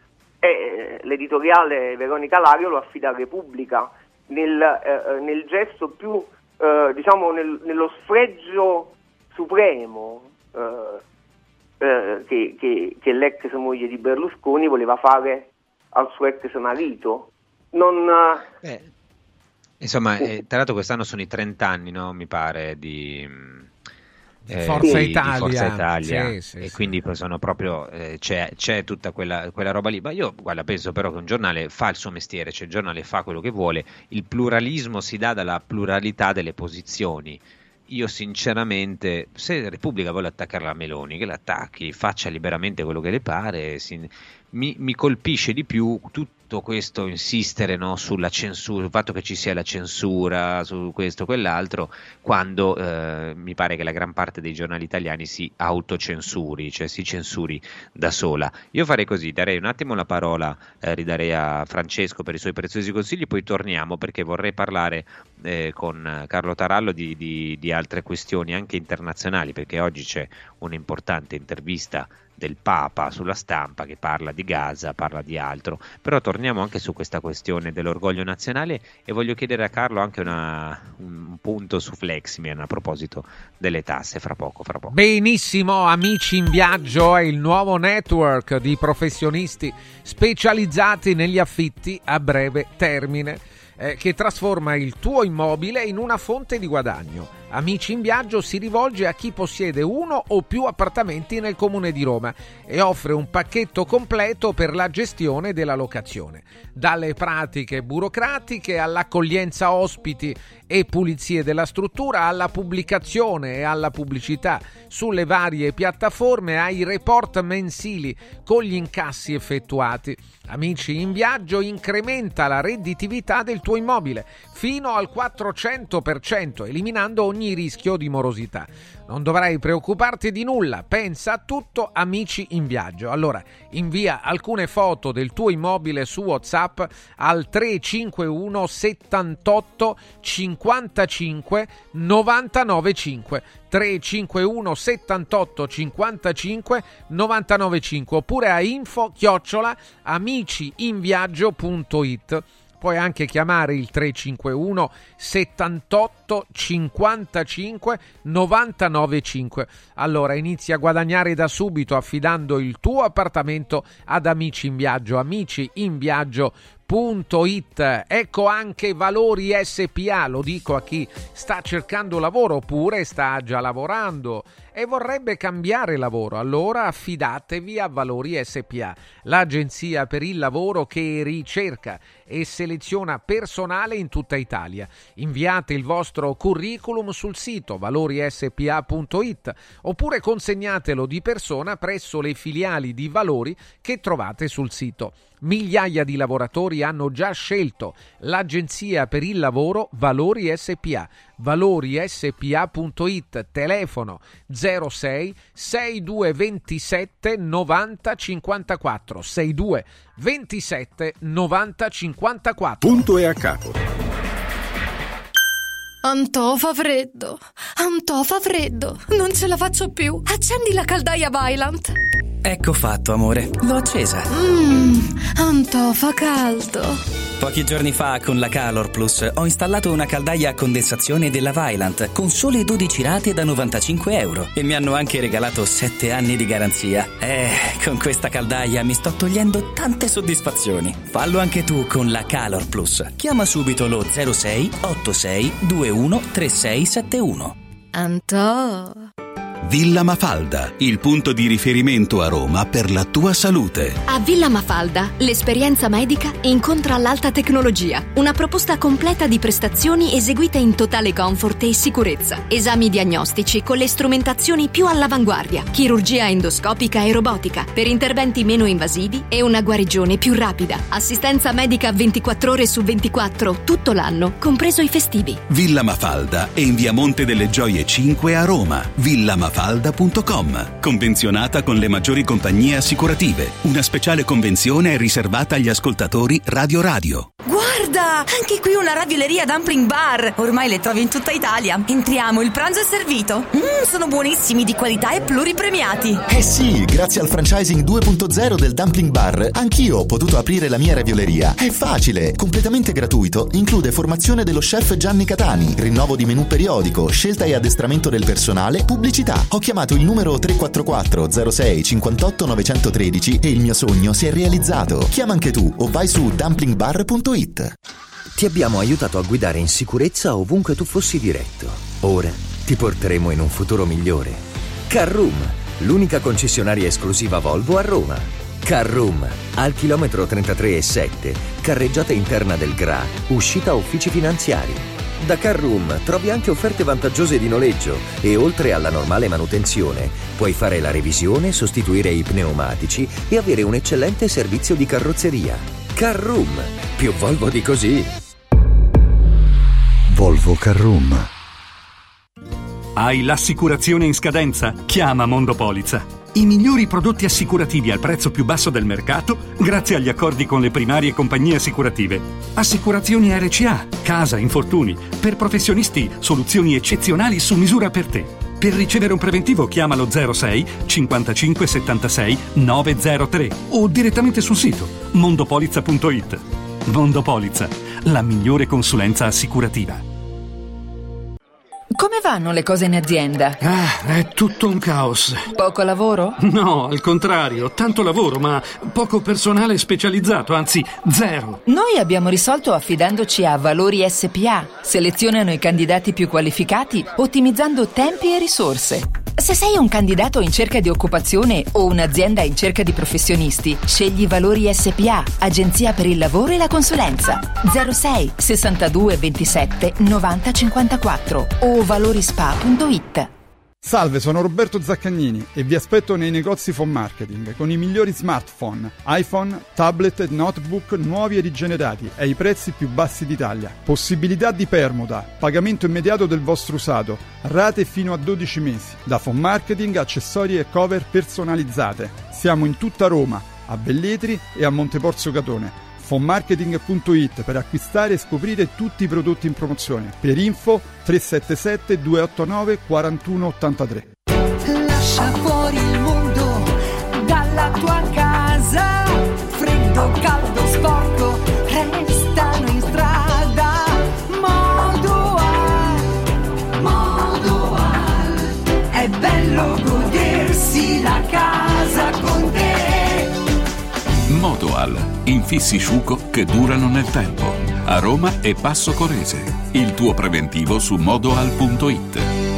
e l'editoriale Veronica Lario lo affida a Repubblica nel, eh, nel gesto più, eh, diciamo, nel, nello sfregio supremo eh, eh, che, che, che l'ex moglie di Berlusconi voleva fare al suo ex marito. Non... Eh, insomma, eh, tra l'altro quest'anno sono i trenta anni, no? Mi pare, di... Eh, Forza di, Italia, di Forza Italia. Sì, sì, e sì. quindi poi sono proprio eh, c'è, c'è tutta quella, quella roba lì. Ma io guarda, penso però che un giornale fa il suo mestiere, cioè il giornale fa quello che vuole, il pluralismo si dà dalla pluralità delle posizioni. Io sinceramente, se Repubblica vuole attaccare la Meloni, che l'attacchi, faccia liberamente quello che le pare. Si, mi, mi colpisce di più tutto questo insistere, no, sulla censura, sul fatto che ci sia la censura, su questo, quell'altro, quando eh, mi pare che la gran parte dei giornali italiani si autocensuri, cioè si censuri da sola. Io farei così, darei un attimo la parola, eh, ridarei a Francesco per i suoi preziosi consigli, poi torniamo perché vorrei parlare eh, con Carlo Tarallo di, di, di altre questioni anche internazionali, perché oggi c'è un'importante intervista del Papa sulla Stampa che parla di Gaza, parla di altro, però torniamo anche su questa questione dell'orgoglio nazionale e voglio chiedere a Carlo anche una, un punto su Fleximian a proposito delle tasse, fra poco, fra poco. Benissimo, Amici in Viaggio è il nuovo network di professionisti specializzati negli affitti a breve termine eh, che trasforma il tuo immobile in una fonte di guadagno. Amici in Viaggio si rivolge a chi possiede uno o più appartamenti nel comune di Roma e offre un pacchetto completo per la gestione della locazione. Dalle pratiche burocratiche all'accoglienza ospiti e pulizie della struttura, alla pubblicazione e alla pubblicità sulle varie piattaforme, ai report mensili con gli incassi effettuati. Amici in Viaggio incrementa la redditività del tuo immobile fino al quattrocento per cento, eliminando ogni rischio di morosità. Non dovrai preoccuparti di nulla, pensa a tutto Amici in Viaggio. Allora, invia alcune foto del tuo immobile su WhatsApp al tre cinque uno settantotto cinquantacinque novantanove cinque tre cinque uno settantotto cinquantacinque novantanove cinque oppure a info chiocciola amiciinviaggio punto it. Puoi anche chiamare il tre cinque uno settantotto cinquantacinque novantanove cinque. Allora inizi a guadagnare da subito affidando il tuo appartamento ad Amici in Viaggio, amiciinviaggio punto it. Ecco anche Valori S P A, lo dico a chi sta cercando lavoro oppure sta già lavorando e vorrebbe cambiare lavoro. Allora affidatevi a Valori S P A, l'agenzia per il lavoro che ricerca e seleziona personale in tutta Italia. Inviate il vostro curriculum sul sito valori s p a punto it oppure consegnatelo di persona presso le filiali di Valori che trovate sul sito. Migliaia di lavoratori hanno già scelto l'agenzia per il lavoro Valori S P A. valori s p a punto it, telefono zero sei sessantadue ventisette novanta cinquantaquattro sessantadue ventisette novanta cinquantaquattro. Punto e a capo. Antò fa freddo, Antò fa freddo, non ce la faccio più. Accendi la caldaia Vaillant. Ecco fatto, amore, l'ho accesa. Mmm, Antò fa caldo. Pochi giorni fa con la Calor Plus ho installato una caldaia a condensazione della Vaillant con sole dodici rate da novantacinque euro e mi hanno anche regalato sette anni di garanzia. Eh, con questa caldaia mi sto togliendo tante soddisfazioni. Fallo anche tu con la Calor Plus. Chiama subito lo zero sei otto sei due uno tre sei sette uno. Antò. Villa Mafalda, il punto di riferimento a Roma per la tua salute. A Villa Mafalda, l'esperienza medica incontra l'alta tecnologia. Una proposta completa di prestazioni eseguite in totale comfort e sicurezza. Esami diagnostici con le strumentazioni più all'avanguardia. Chirurgia endoscopica e robotica per interventi meno invasivi e una guarigione più rapida. Assistenza medica ventiquattro ore su ventiquattro tutto l'anno, compreso i festivi. Villa Mafalda è in via Monte delle Gioie cinque a Roma. Villa Mafalda punto com. Convenzionata con le maggiori compagnie assicurative. Una speciale convenzione è riservata agli ascoltatori Radio Radio. Guarda! Guarda, anche qui una ravioleria Dumpling Bar. Ormai le trovi in tutta Italia. Entriamo, il pranzo è servito. Mmm, sono buonissimi, di qualità e pluripremiati. Eh sì, grazie al franchising due punto zero del Dumpling Bar, anch'io ho potuto aprire la mia ravioleria. È facile, completamente gratuito, include formazione dello chef Gianni Catani, rinnovo di menù periodico, scelta e addestramento del personale, pubblicità. Ho chiamato il numero tre quattro quattro zero sei cinquantotto novecentotredici e il mio sogno si è realizzato. Chiama anche tu o vai su dumpling bar punto it. Ti abbiamo aiutato a guidare in sicurezza ovunque tu fossi diretto. Ora ti porteremo in un futuro migliore. Carroom, l'unica concessionaria esclusiva Volvo a Roma. Carroom, al chilometro trentatré e sette, carreggiata interna del Gra, uscita uffici finanziari. Da Carroom trovi anche offerte vantaggiose di noleggio e oltre alla normale manutenzione puoi fare la revisione, sostituire i pneumatici e avere un eccellente servizio di carrozzeria. Carroom, più Volvo di così. Volvo Carroom. Hai l'assicurazione in scadenza? Chiama Mondopolizza. I migliori prodotti assicurativi al prezzo più basso del mercato grazie agli accordi con le primarie compagnie assicurative. Assicurazioni R C A, casa, infortuni. Per professionisti, soluzioni eccezionali su misura per te. Per ricevere un preventivo chiamalo zero sei cinquantacinque settantasei novecentotre o direttamente sul sito mondopolizza punto it. Mondopolizza, la migliore consulenza assicurativa. Come vanno le cose in azienda? Ah, è tutto un caos. Poco lavoro? No, al contrario, tanto lavoro, ma poco personale specializzato, anzi zero. Noi abbiamo risolto affidandoci a Valori S P A. Selezionano i candidati più qualificati, ottimizzando tempi e risorse. Se sei un candidato in cerca di occupazione o un'azienda in cerca di professionisti, scegli Valori S P A, agenzia per il lavoro e la consulenza. zero sei sessantadue ventisette novanta cinquantaquattro o valorispa punto it. Salve, sono Roberto Zaccagnini e vi aspetto nei negozi Phone Marketing con i migliori smartphone, iPhone, tablet e notebook nuovi e rigenerati ai prezzi più bassi d'Italia. Possibilità di permuta, pagamento immediato del vostro usato, rate fino a dodici mesi. Da Phone Marketing, accessori e cover personalizzate. Siamo in tutta Roma, a Velletri e a Monteporzio Catone. phone marketing punto it per acquistare e scoprire tutti i prodotti in promozione. Per info tre sette sette due otto nove quattro uno otto tre. Lascia fuori il mondo dalla tua casa, freddo, caldo, sporco, restano in strada. Modoal, Modoal, è bello godersi la casa con te. Modoal, infissi Sciuco che durano nel tempo. A Roma e Passo Corese. Il tuo preventivo su modoal punto it.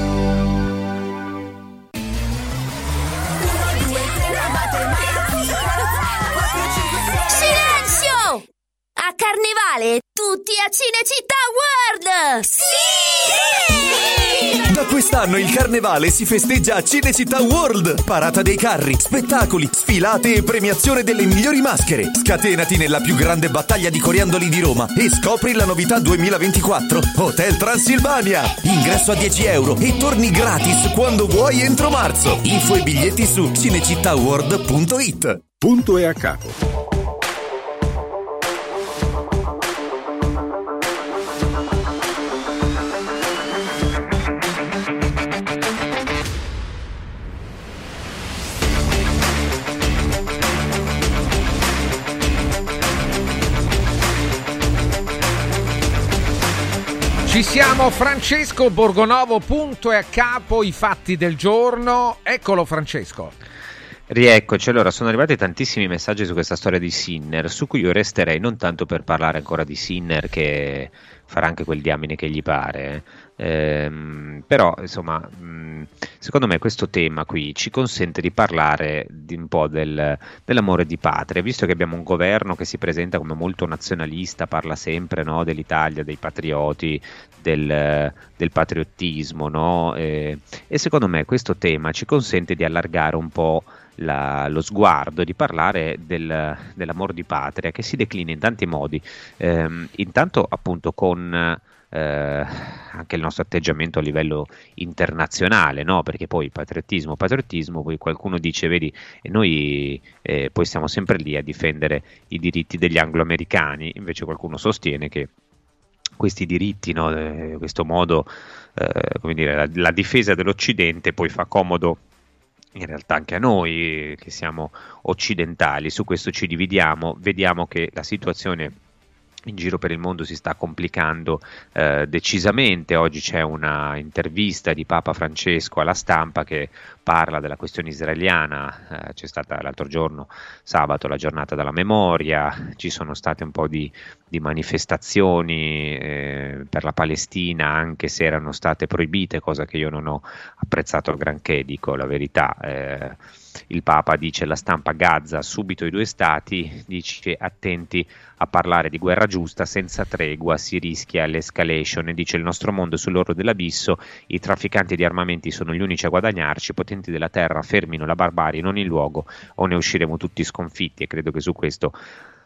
Silenzio! A Carnevale tutti a Cinecittà World! Sì! Da quest'anno il Carnevale si festeggia a Cinecittà World. Parata dei carri, spettacoli, sfilate e premiazione delle migliori maschere. Scatenati nella più grande battaglia di coriandoli di Roma e scopri la novità duemilaventiquattro Hotel Transilvania. Ingresso a dieci euro e torni gratis quando vuoi entro marzo. Info e biglietti su cinecittà world punto it. Punto e a capo. Ci siamo, Francesco Borgonovo, punto e a capo, i fatti del giorno. Eccolo Francesco. Rieccoci, allora sono arrivati tantissimi messaggi su questa storia di Sinner, su cui io resterei non tanto per parlare ancora di Sinner, che farà anche quel diamine che gli pare, ehm, però insomma mh, secondo me questo tema qui ci consente di parlare di un po' del, dell'amore di patria, visto che abbiamo un governo che si presenta come molto nazionalista, parla sempre, no, dell'Italia, dei patrioti, del, del patriottismo, no? e, e secondo me questo tema ci consente di allargare un po' la, lo sguardo, di parlare del, dell'amor di patria, che si declina in tanti modi, ehm, intanto appunto con eh, anche il nostro atteggiamento a livello internazionale, no? Perché poi patriottismo, patriottismo, poi qualcuno dice, vedi, e noi eh, poi stiamo sempre lì a difendere i diritti degli angloamericani, invece qualcuno sostiene che questi diritti, no, eh, questo modo, eh, come dire, la, la difesa dell'Occidente poi fa comodo in realtà anche a noi che siamo occidentali. Su questo ci dividiamo, vediamo che la situazione in giro per il mondo si sta complicando eh, decisamente. Oggi c'è una intervista di Papa Francesco alla Stampa che parla della questione israeliana, eh, c'è stata l'altro giorno, sabato, la giornata della memoria, ci sono state un po' di, di manifestazioni eh, per la Palestina, anche se erano state proibite, cosa che io non ho apprezzato granché, dico la verità. Eh, il Papa dice alla Stampa: Gaza, subito i due stati, dice attenti a parlare di guerra giusta, senza tregua si rischia l'escalation, e dice il nostro mondo è sull'orlo dell'abisso, i trafficanti di armamenti sono gli unici a guadagnarci, i potenti della terra fermino la barbarie in ogni luogo o ne usciremo tutti sconfitti, e credo che su questo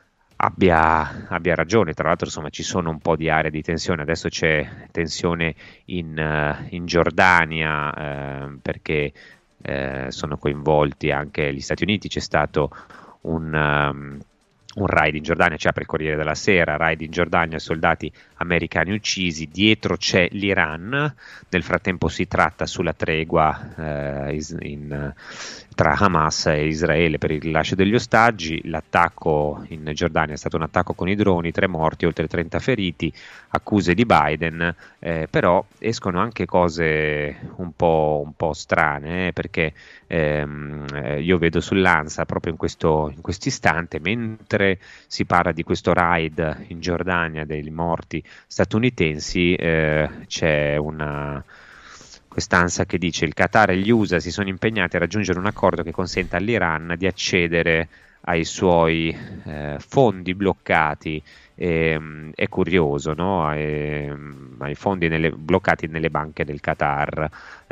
abbia, abbia ragione. Tra l'altro insomma ci sono un po' di aree di tensione, adesso c'è tensione in, uh, in Giordania uh, perché uh, sono coinvolti anche gli Stati Uniti, c'è stato un... Um, un raid in Giordania, ci apre il Corriere della Sera, raid in Giordania, soldati americani uccisi, dietro c'è l'Iran, nel frattempo si tratta sulla tregua eh, in, tra Hamas e Israele per il rilascio degli ostaggi. L'attacco in Giordania è stato un attacco con i droni, tre morti, oltre trenta feriti, accuse di Biden, eh, però escono anche cose un po', un po' strane, eh, perché ehm, io vedo sull'Ansa proprio in questo in istante, mentre si parla di questo raid in Giordania dei morti statunitensi, eh, c'è una quest'Ansa che dice: il Qatar e gli U S A si sono impegnati a raggiungere un accordo che consenta all'Iran di accedere ai suoi eh, fondi bloccati. E, è curioso, no? E, ai fondi nelle, bloccati nelle banche del Qatar.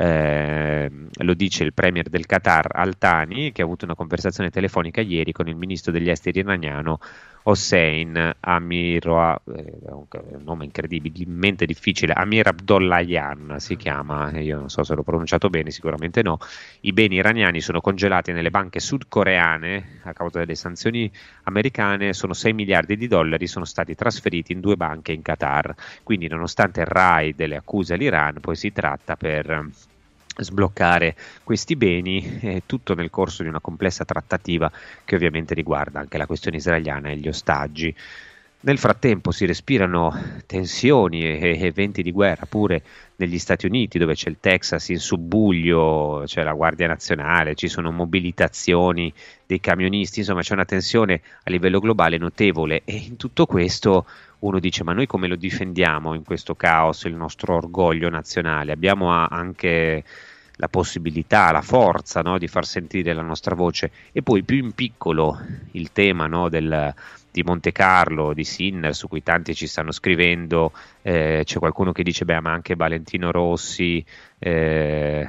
Eh, lo dice il premier del Qatar Al-Thani, che ha avuto una conversazione telefonica ieri con il ministro degli esteri iraniano Hossein Amir, eh, un nome incredibilmente difficile, Amir Abdollahian si chiama, io non so se l'ho pronunciato bene, sicuramente no. I beni iraniani sono congelati nelle banche sudcoreane a causa delle sanzioni americane, sono sei miliardi di dollari, sono stati trasferiti in due banche in Qatar, quindi nonostante il raid e le accuse all'Iran, poi si tratta per sbloccare questi beni, eh, tutto nel corso di una complessa trattativa che ovviamente riguarda anche la questione israeliana e gli ostaggi. Nel frattempo si respirano tensioni e eventi di guerra pure negli Stati Uniti, dove c'è il Texas in subbuglio, c'è la Guardia Nazionale, ci sono mobilitazioni dei camionisti, insomma c'è una tensione a livello globale notevole, e in tutto questo uno dice: ma noi come lo difendiamo in questo caos il nostro orgoglio nazionale? Abbiamo anche la possibilità, la forza, no, di far sentire la nostra voce. E poi più in piccolo il tema, no, del, di Monte Carlo, di Sinner, su cui tanti ci stanno scrivendo, eh, c'è qualcuno che dice: beh, ma anche Valentino Rossi eh,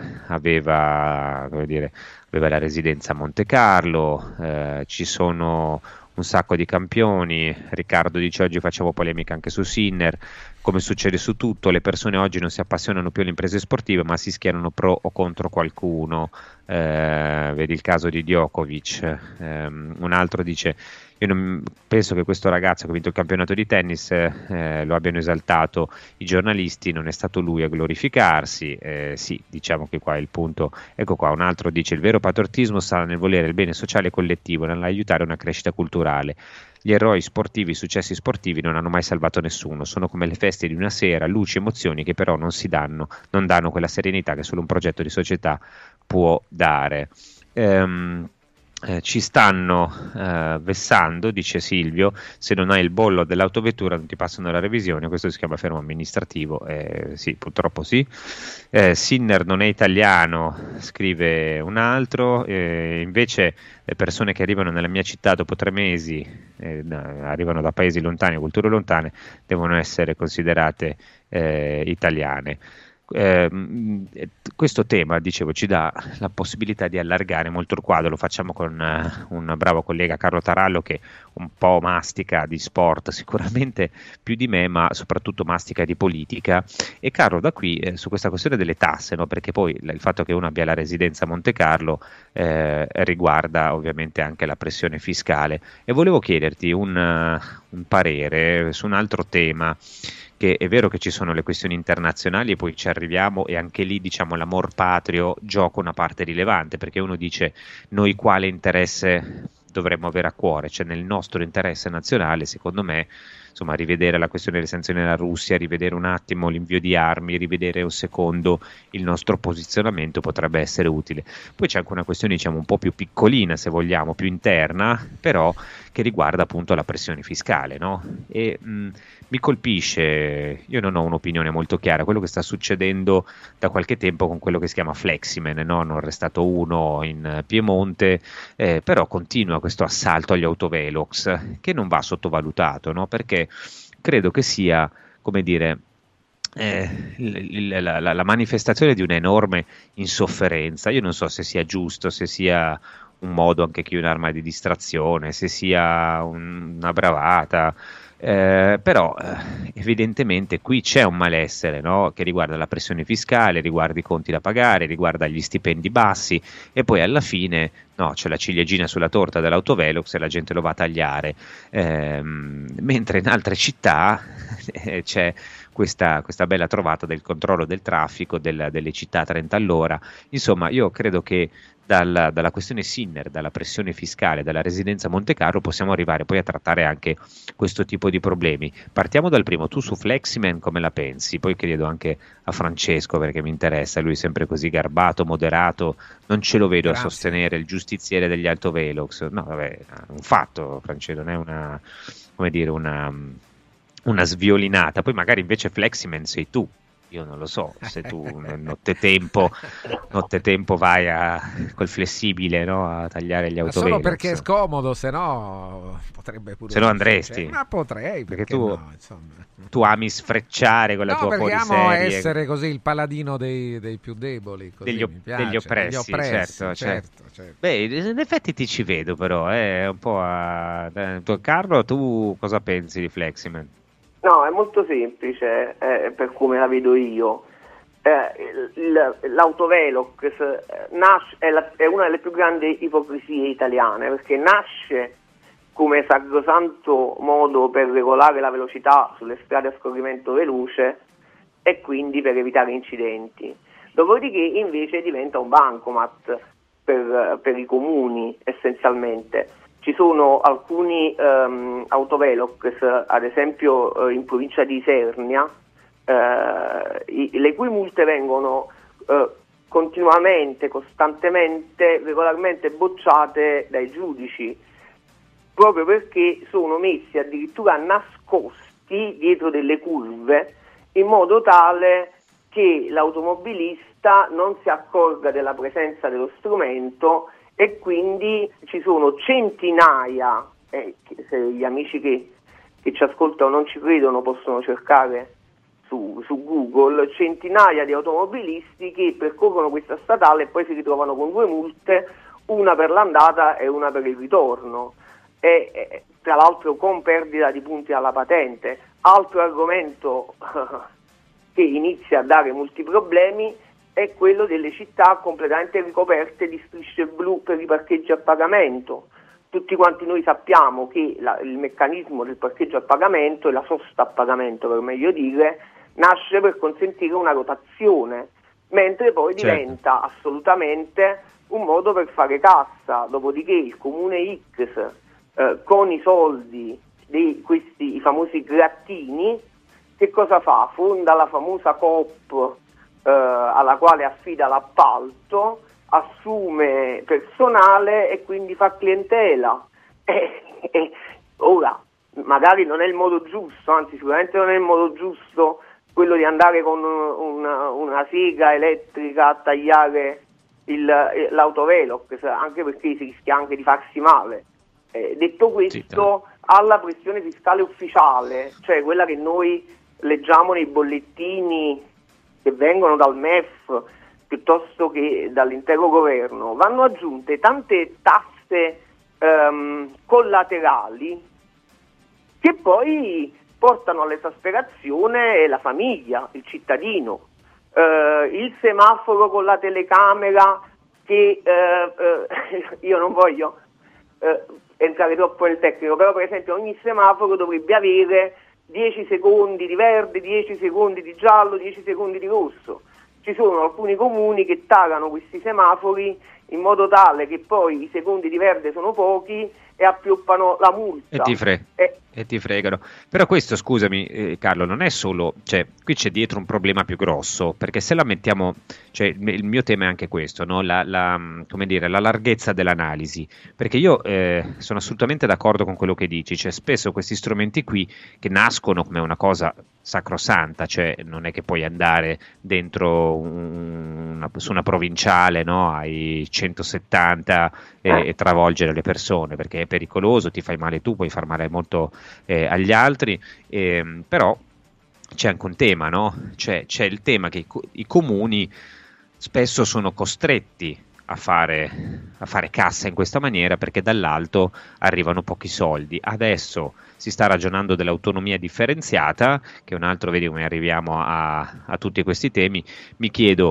aveva, come dire, aveva la residenza a Monte Carlo, eh, ci sono un sacco di campioni. Riccardo dice: oggi facciamo polemica anche su Sinner. Come succede su tutto, le persone oggi non si appassionano più alle imprese sportive, ma si schierano pro o contro qualcuno. Eh, vedi il caso di Djokovic. Eh, un altro dice: io non penso che questo ragazzo che ha vinto il campionato di tennis eh, lo abbiano esaltato i giornalisti, non è stato lui a glorificarsi. Eh, sì, diciamo che qua è il punto. Ecco qua, un altro dice: il vero patriottismo sta nel volere il bene sociale e collettivo, nell'aiutare una crescita culturale. Gli eroi sportivi, i successi sportivi non hanno mai salvato nessuno, sono come le feste di una sera, luci, emozioni che però non si danno, non danno quella serenità che solo un progetto di società può dare. Ehm, Eh, ci stanno eh, vessando, dice Silvio, se non hai il bollo dell'autovettura non ti passano la revisione. Questo si chiama fermo amministrativo. Eh, sì, purtroppo sì. eh, Sinner non è italiano, scrive un altro. Eh, invece le persone che arrivano nella mia città dopo tre mesi eh, arrivano da paesi lontani, culture lontane, devono essere considerate eh, italiane. Eh, questo tema, dicevo, ci dà la possibilità di allargare molto il quadro. Lo facciamo con uh, un bravo collega, Carlo Tarallo, che un po' mastica di sport sicuramente più di me, ma soprattutto mastica di politica. E Carlo, da qui eh, su questa questione delle tasse, no? Perché poi il fatto che uno abbia la residenza a Monte Carlo eh, riguarda ovviamente anche la pressione fiscale, e volevo chiederti un, uh, un parere su un altro tema, che è vero che ci sono le questioni internazionali e poi ci arriviamo, e anche lì, diciamo, l'amor patrio gioca una parte rilevante, perché uno dice: noi quale interesse dovremmo avere a cuore? Cioè, nel nostro interesse nazionale, secondo me, insomma, rivedere la questione delle sanzioni alla Russia, rivedere un attimo l'invio di armi, rivedere un secondo il nostro posizionamento potrebbe essere utile. Poi c'è anche una questione, diciamo, un po' più piccolina, se vogliamo, più interna, però che riguarda appunto la pressione fiscale, no? E mh, mi colpisce, io non ho un'opinione molto chiara, quello che sta succedendo da qualche tempo con quello che si chiama Fleximen, no? Non è arrestato uno in Piemonte, eh, però continua questo assalto agli autovelox, che non va sottovalutato, no? Perché credo che sia, come dire, eh, il, la, la, la manifestazione di un'enorme insofferenza. Io non so se sia giusto, se sia un modo anche qui un'arma di distrazione, se sia un, una bravata, eh, però eh, evidentemente qui c'è un malessere, no? Che riguarda la pressione fiscale, riguarda i conti da pagare, riguarda gli stipendi bassi, e poi alla fine no, c'è la ciliegina sulla torta dell'autovelox e la gente lo va a tagliare, ehm, mentre in altre città eh, c'è questa, questa bella trovata del controllo del traffico, del, delle città a trenta all'ora. Insomma, io credo che dal, dalla questione Sinner, dalla pressione fiscale, dalla residenza a Monte Carlo, possiamo arrivare poi a trattare anche questo tipo di problemi. Partiamo dal primo, tu su Fleximen come la pensi? Poi chiedo anche a Francesco, perché mi interessa, lui è sempre così garbato, moderato, non ce lo vedo Grazie. a sostenere il giustiziere degli autovelox. No, vabbè, è un fatto, Francesco, non è una, come dire, una, una sviolinata. Poi magari invece Fleximen sei tu. Io non lo so, se tu nottetempo, nottetempo vai a, col flessibile, no, a tagliare gli autovelox. Solo perché è scomodo, se no potrebbe pure... Se no andresti. Ma potrei, perché, perché tu, no, insomma. Tu ami sfrecciare con la no, tua poliserie. No, perché amo essere così il paladino dei, dei più deboli. Così degli, mi piace. degli oppressi, degli oppressi certo, certo, certo. certo. Beh, in effetti ti ci vedo però, eh, un po' a... Tu, Carlo, tu cosa pensi di Fleximen? No, è molto semplice, eh, per come la vedo io. Eh, il, l'autovelox eh, nasce, è, la, è una delle più grandi ipocrisie italiane, perché nasce come sacrosanto modo per regolare la velocità sulle strade a scorrimento veloce e quindi per evitare incidenti. Dopodiché invece diventa un bancomat per, per i comuni essenzialmente. Ci sono alcuni um, autovelox, ad esempio uh, in provincia di Isernia, uh, i, le cui multe vengono uh, continuamente, costantemente, regolarmente bocciate dai giudici, proprio perché sono messi addirittura nascosti dietro delle curve, in modo tale che l'automobilista non si accorga della presenza dello strumento, e quindi ci sono centinaia, eh, se gli amici che, che ci ascoltano non ci credono possono cercare su, su Google, centinaia di automobilisti che percorrono questa statale e poi si ritrovano con due multe, una per l'andata e una per il ritorno, e, e tra l'altro con perdita di punti alla patente. Altro argomento che inizia a dare molti problemi è quello delle città completamente ricoperte di strisce blu per i parcheggi a pagamento. Tutti quanti noi sappiamo che la, il meccanismo del parcheggio a pagamento e la sosta a pagamento, per meglio dire, nasce per consentire una rotazione, mentre poi certo. diventa assolutamente un modo per fare cassa. Dopodiché il comune X, eh, con i soldi di questi i famosi grattini, che cosa fa? Fonda la famosa Coop, Uh, alla quale affida l'appalto, assume personale e quindi fa clientela. E, e, ora, magari non è il modo giusto, anzi sicuramente non è il modo giusto quello di andare con una, una sega elettrica a tagliare il, l'autovelox, anche perché si rischia anche di farsi male. Eh, detto questo, alla pressione fiscale ufficiale, cioè quella che noi leggiamo nei bollettini che vengono dal M E F piuttosto che dall'intero governo, vanno aggiunte tante tasse ehm, collaterali che poi portano all'esasperazione la famiglia, il cittadino, eh, il semaforo con la telecamera che eh, eh, io non voglio eh, entrare troppo nel tecnico, però per esempio ogni semaforo dovrebbe avere dieci secondi di verde, dieci secondi di giallo, dieci secondi di rosso. Ci sono alcuni comuni che tarano questi semafori in modo tale che poi i secondi di verde sono pochi e appioppano la multa. E ti, fre- e, e ti fregano. Però questo, scusami eh, Carlo, non è solo, cioè qui c'è dietro un problema più grosso, perché se la mettiamo, cioè il, il mio tema è anche questo, no? la, la, come dire, la larghezza dell'analisi, perché io eh, sono assolutamente d'accordo con quello che dici, cioè spesso questi strumenti qui che nascono come una cosa sacrosanta, cioè non è che puoi andare dentro una, su una provinciale, no? Ai centosettanta e, e travolgere le persone, perché è pericoloso, ti fai male tu, puoi far male molto eh, agli altri, eh, però c'è anche un tema, no? C'è, c'è il tema che i, i comuni spesso sono costretti a fare, a fare cassa in questa maniera perché dall'alto arrivano pochi soldi. Adesso si sta ragionando dell'autonomia differenziata, che è un altro, vedi come arriviamo a, a tutti questi temi. Mi chiedo,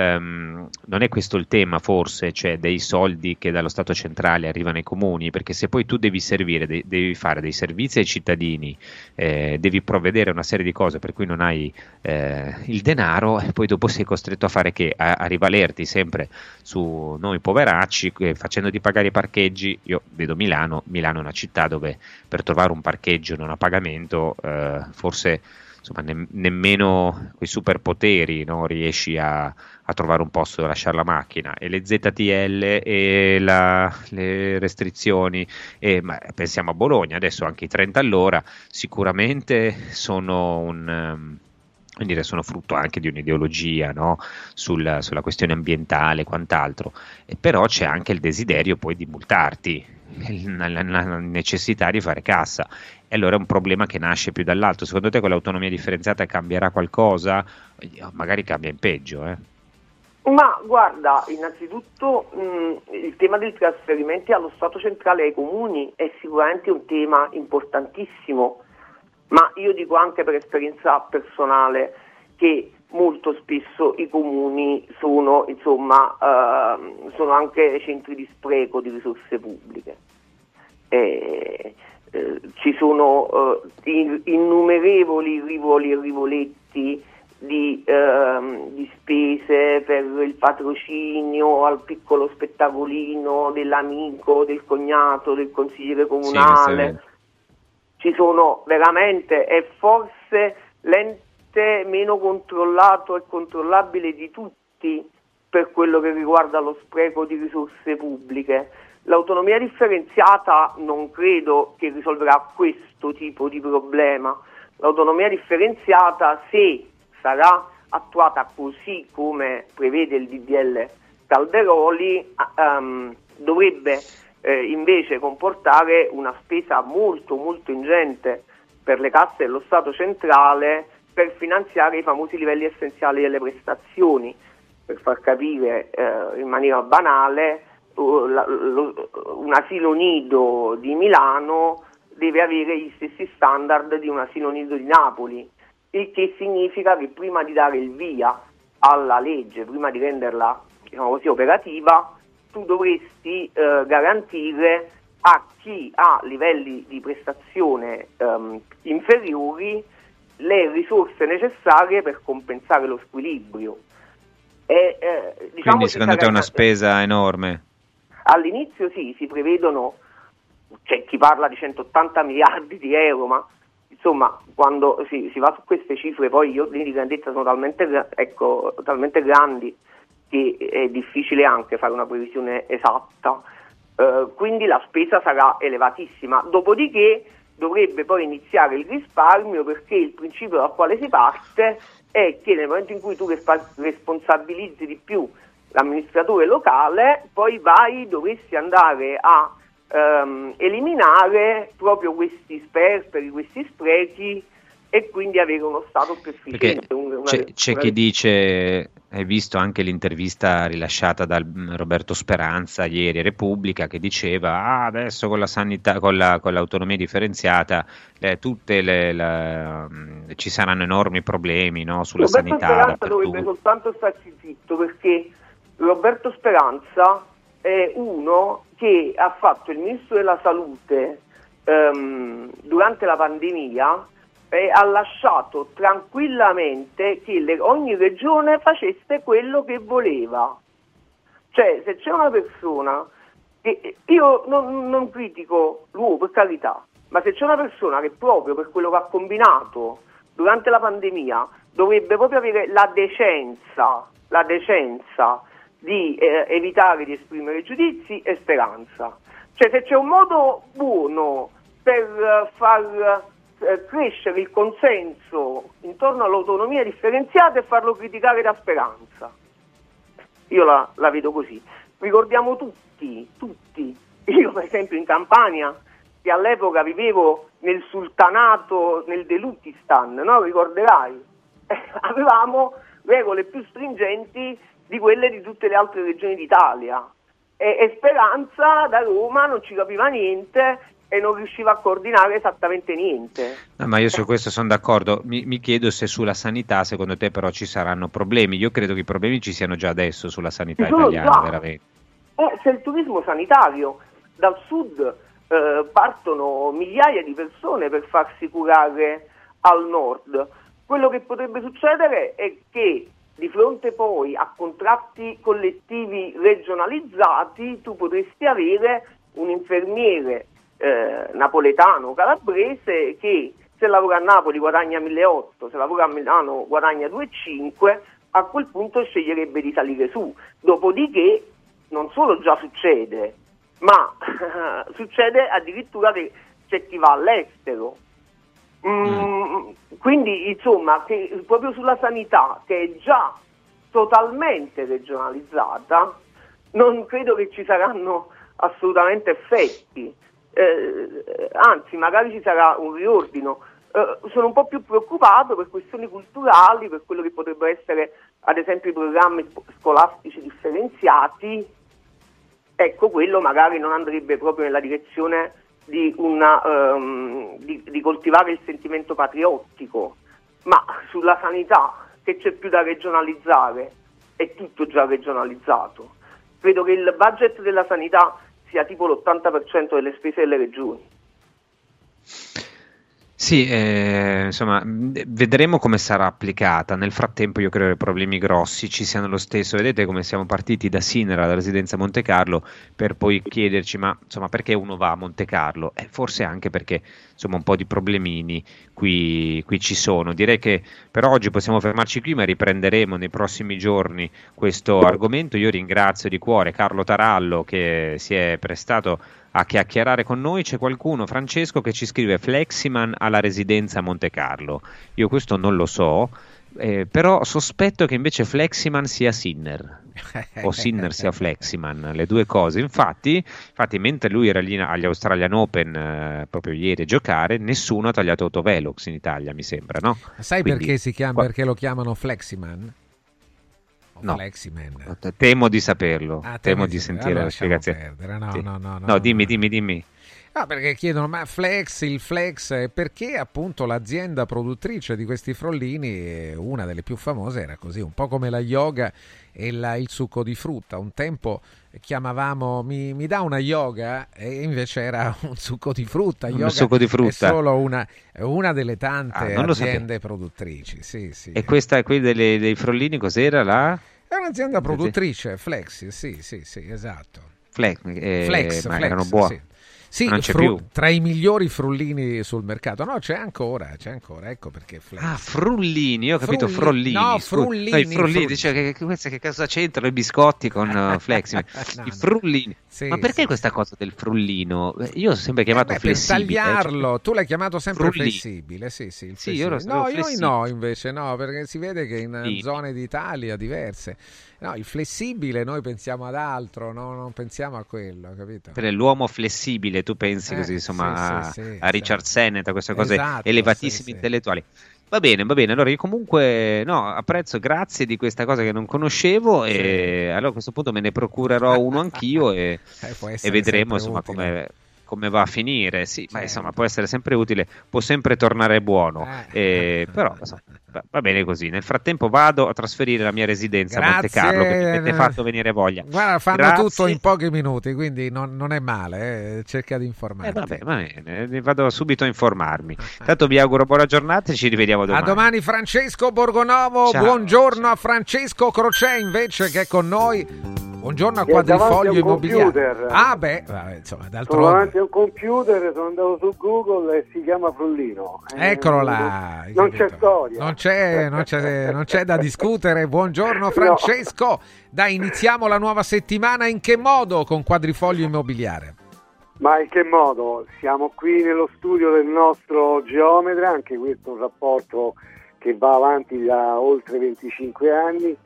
um, non è questo il tema forse, cioè dei soldi che dallo Stato centrale arrivano ai comuni, perché se poi tu devi servire, de- devi fare dei servizi ai cittadini, eh, devi provvedere a una serie di cose per cui non hai eh, il denaro, e poi dopo sei costretto a fare che? A, a rivalerti sempre su noi poveracci, eh, facendoti pagare i parcheggi. Io vedo Milano, Milano è una città dove per trovare un parcheggio non a pagamento eh, forse insomma ne- nemmeno quei superpoteri, no, riesci a, a trovare un posto dove lasciare la macchina, e le Z T L e la, le restrizioni, e, ma pensiamo a Bologna, adesso anche i trenta all'ora sicuramente sono un um, dire, sono frutto anche di un'ideologia, no? Sul, sulla questione ambientale e quant'altro, e però c'è anche il desiderio poi di multarti, la, la, la necessità di fare cassa, e allora è un problema che nasce più dall'alto. Secondo te con l'autonomia differenziata cambierà qualcosa? Magari cambia in peggio, eh? Ma guarda, innanzitutto mh, il tema dei trasferimenti allo Stato centrale e ai comuni è sicuramente un tema importantissimo, ma io dico anche per esperienza personale che molto spesso i comuni sono, insomma, uh, sono anche centri di spreco di risorse pubbliche. Eh, eh, ci sono uh, in, innumerevoli rivoli e rivoletti di, uh, di spese per il patrocinio al piccolo spettacolino dell'amico, del cognato, del consigliere comunale. Sì, ci sono veramente, è forse l'ente meno controllato e controllabile di tutti per quello che riguarda lo spreco di risorse pubbliche. L'autonomia differenziata non credo che risolverà questo tipo di problema. L'autonomia differenziata, se sarà attuata così come prevede il D D L Calderoli, um, dovrebbe eh, invece comportare una spesa molto molto ingente per le casse dello Stato centrale per finanziare i famosi livelli essenziali delle prestazioni. Per far capire eh, in maniera banale, uh, la, lo, un asilo nido di Milano deve avere gli stessi standard di un asilo nido di Napoli, il che significa che prima di dare il via alla legge, prima di renderla, diciamo così, operativa, tu dovresti eh, garantire a chi ha livelli di prestazione ehm, inferiori le risorse necessarie per compensare lo squilibrio. E, eh, diciamo, quindi secondo te è una spesa enorme? All'inizio sì, si prevedono, c'è chi parla di centottanta miliardi di euro, ma insomma quando si, si va su queste cifre poi gli ordini di grandezza sono talmente, ecco, talmente grandi che è difficile anche fare una previsione esatta, uh, quindi la spesa sarà elevatissima. Dopodiché dovrebbe poi iniziare il risparmio, perché il principio dal quale si parte è che nel momento in cui tu resp- responsabilizzi di più l'amministratore locale, poi vai, dovresti andare a um, eliminare proprio questi sperperi, questi sprechi, e quindi avere uno Stato più efficiente, un, c'è, c'è una... chi dice, hai visto anche l'intervista rilasciata da Roberto Speranza ieri a Repubblica, che diceva ah, adesso con la sanità, con, la, con l'autonomia differenziata eh, tutte le, la, ci saranno enormi problemi, no, sulla Roberto sanità. Speranza dovrebbe soltanto starci zitto, perché Roberto Speranza è uno che ha fatto il ministro della salute ehm, durante la pandemia e ha lasciato tranquillamente che le, ogni regione facesse quello che voleva. Cioè, se c'è una persona che io non, non critico l'uomo, per carità, ma se c'è una persona che proprio per quello che ha combinato durante la pandemia dovrebbe proprio avere la decenza, la decenza di eh, evitare di esprimere giudizi e Speranza. Cioè, se c'è un modo buono per uh, far uh, crescere il consenso intorno all'autonomia differenziata e farlo criticare da Speranza, io la, la vedo così. Ricordiamo tutti, tutti, io per esempio in Campania, che all'epoca vivevo nel sultanato, nel Delutistan, no? Ricorderai, eh, avevamo regole più stringenti di quelle di tutte le altre regioni d'Italia e, e Speranza da Roma non ci capiva niente e non riusciva a coordinare esattamente niente. No, ma io su questo sono d'accordo, mi, mi chiedo se sulla sanità secondo te però ci saranno problemi. Io credo che i problemi ci siano già adesso sulla sanità italiana, già. veramente. Eh, c'è il turismo sanitario, dal sud eh, partono migliaia di persone per farsi curare al nord. Quello che potrebbe succedere è che di fronte poi a contratti collettivi regionalizzati tu potresti avere un infermiere eh, napoletano o calabrese che se lavora a Napoli guadagna milleottocento, se lavora a Milano guadagna duecentocinquanta, a quel punto sceglierebbe di salire su. Dopodiché non solo già succede, ma succede addirittura che c'è chi va all'estero. Mm, quindi insomma che proprio sulla sanità, che è già totalmente regionalizzata, non credo che ci saranno assolutamente effetti, eh, anzi magari ci sarà un riordino. Eh, sono un po' più preoccupato per questioni culturali, per quello che potrebbero essere ad esempio i programmi scolastici differenziati. Ecco, quello magari non andrebbe proprio nella direzione Di, una, um, di, di coltivare il sentimento patriottico, ma sulla sanità che c'è più da regionalizzare, è tutto già regionalizzato. Credo che il budget della sanità sia tipo l'ottanta per cento delle spese delle regioni. Sì, eh, insomma, vedremo come sarà applicata. Nel frattempo io credo che problemi grossi ci siano lo stesso. Vedete come siamo partiti da Sinera, dalla residenza Monte Carlo, per poi chiederci ma insomma perché uno va a Monte Carlo? Eh, forse anche perché insomma un po' di problemini qui, qui ci sono. Direi che per oggi possiamo fermarci qui, ma riprenderemo nei prossimi giorni questo argomento. Io ringrazio di cuore Carlo Tarallo che si è prestato a chiacchierare con noi. C'è qualcuno, Francesco, che ci scrive Fleximan alla residenza Monte Carlo. Io questo non lo so, eh, però sospetto che invece Fleximan sia Sinner o Sinner sia Fleximan, le due cose. Infatti, infatti mentre lui era lì agli Australian Open eh, proprio ieri a giocare, nessuno ha tagliato autovelox in Italia, mi sembra, no? Sai Quindi, perché si chiama, qua... perché lo chiamano Fleximan? No, Fleximan. temo di saperlo, ah, temo di sentire allora la spiegazione. Perdere. No, sì. no, no, no, no, dimmi, no. dimmi, dimmi. Ah, perché chiedono, ma flex, il flex, perché appunto l'azienda produttrice di questi frollini, una delle più famose, era così, un po' come la yoga e la, il succo di frutta. Un tempo chiamavamo, mi, mi dà una yoga, e invece era un succo di frutta. Yoga un succo di frutta. È solo una, una delle tante ah, aziende produttrici. Sì, sì. E questa, qui delle, dei frollini, cos'era la? È un'azienda produttrice, Flex, sì, sì, sì, esatto. Flex, eh, Flex, ma Flex, erano buoni. Sì. Sì, non c'è fru- più. Tra i migliori frullini sul mercato. No, c'è ancora, c'è ancora, ecco perché Flex. Ah, frullini, io ho capito Frulli- frollini. no, Scusa. frullini, No, i frullini, frullini. dice, che, che, che, che cosa c'entrano i biscotti con uh, Flex? no, I frullini. Sì, ma perché sì. questa cosa del frullino? Io ho sempre chiamato eh beh, flessibile. Per tagliarlo, cioè... tu l'hai chiamato sempre Frullini. flessibile, sì, sì, il Sì, io lo no, sapevo io no, invece no, perché si vede che in Sì. zone d'Italia diverse. No, il flessibile noi pensiamo ad altro, no? Non pensiamo a quello, capito? Per l'uomo flessibile, tu pensi Eh, così, insomma, sì, a, sì, sì, a Richard certo. Sennett, a queste cose Esatto, elevatissime sì, sì. intellettuali. Va bene, va bene. Allora io comunque no, apprezzo, grazie di questa cosa che non conoscevo e allora a questo punto me ne procurerò uno anch'io e, eh, e vedremo insomma come, come va a finire. Sì, ma insomma può essere sempre utile, può sempre tornare buono. Eh. E, però insomma, va bene così. Nel frattempo vado a trasferire la mia residenza Grazie. a Monte Carlo che mi avete fatto venire voglia. Guarda, fanno Grazie. tutto in pochi minuti, quindi non, non è male, eh. Cerca di informarti. Eh, vabbè, va bene, vado subito a informarmi. Tanto vi auguro buona giornata e ci rivediamo domani. A domani Francesco Borgonovo, Ciao. buongiorno a Francesco Crocè invece che è con noi. Buongiorno a Che è davanti Quadrifoglio a un Immobiliare. computer. Ah beh, vabbè, insomma, Sono d'altronde. davanti a un computer, sono andato su Google e si chiama Frullino. Eh, Eccolo là. Non c'è storia. Non c'è, non c'è, non c'è da discutere. Buongiorno Francesco. Dai, iniziamo la nuova settimana. In che modo con Quadrifoglio Immobiliare? Ma in che modo? Siamo qui nello studio del nostro geometra, anche questo è un rapporto che va avanti da oltre venticinque anni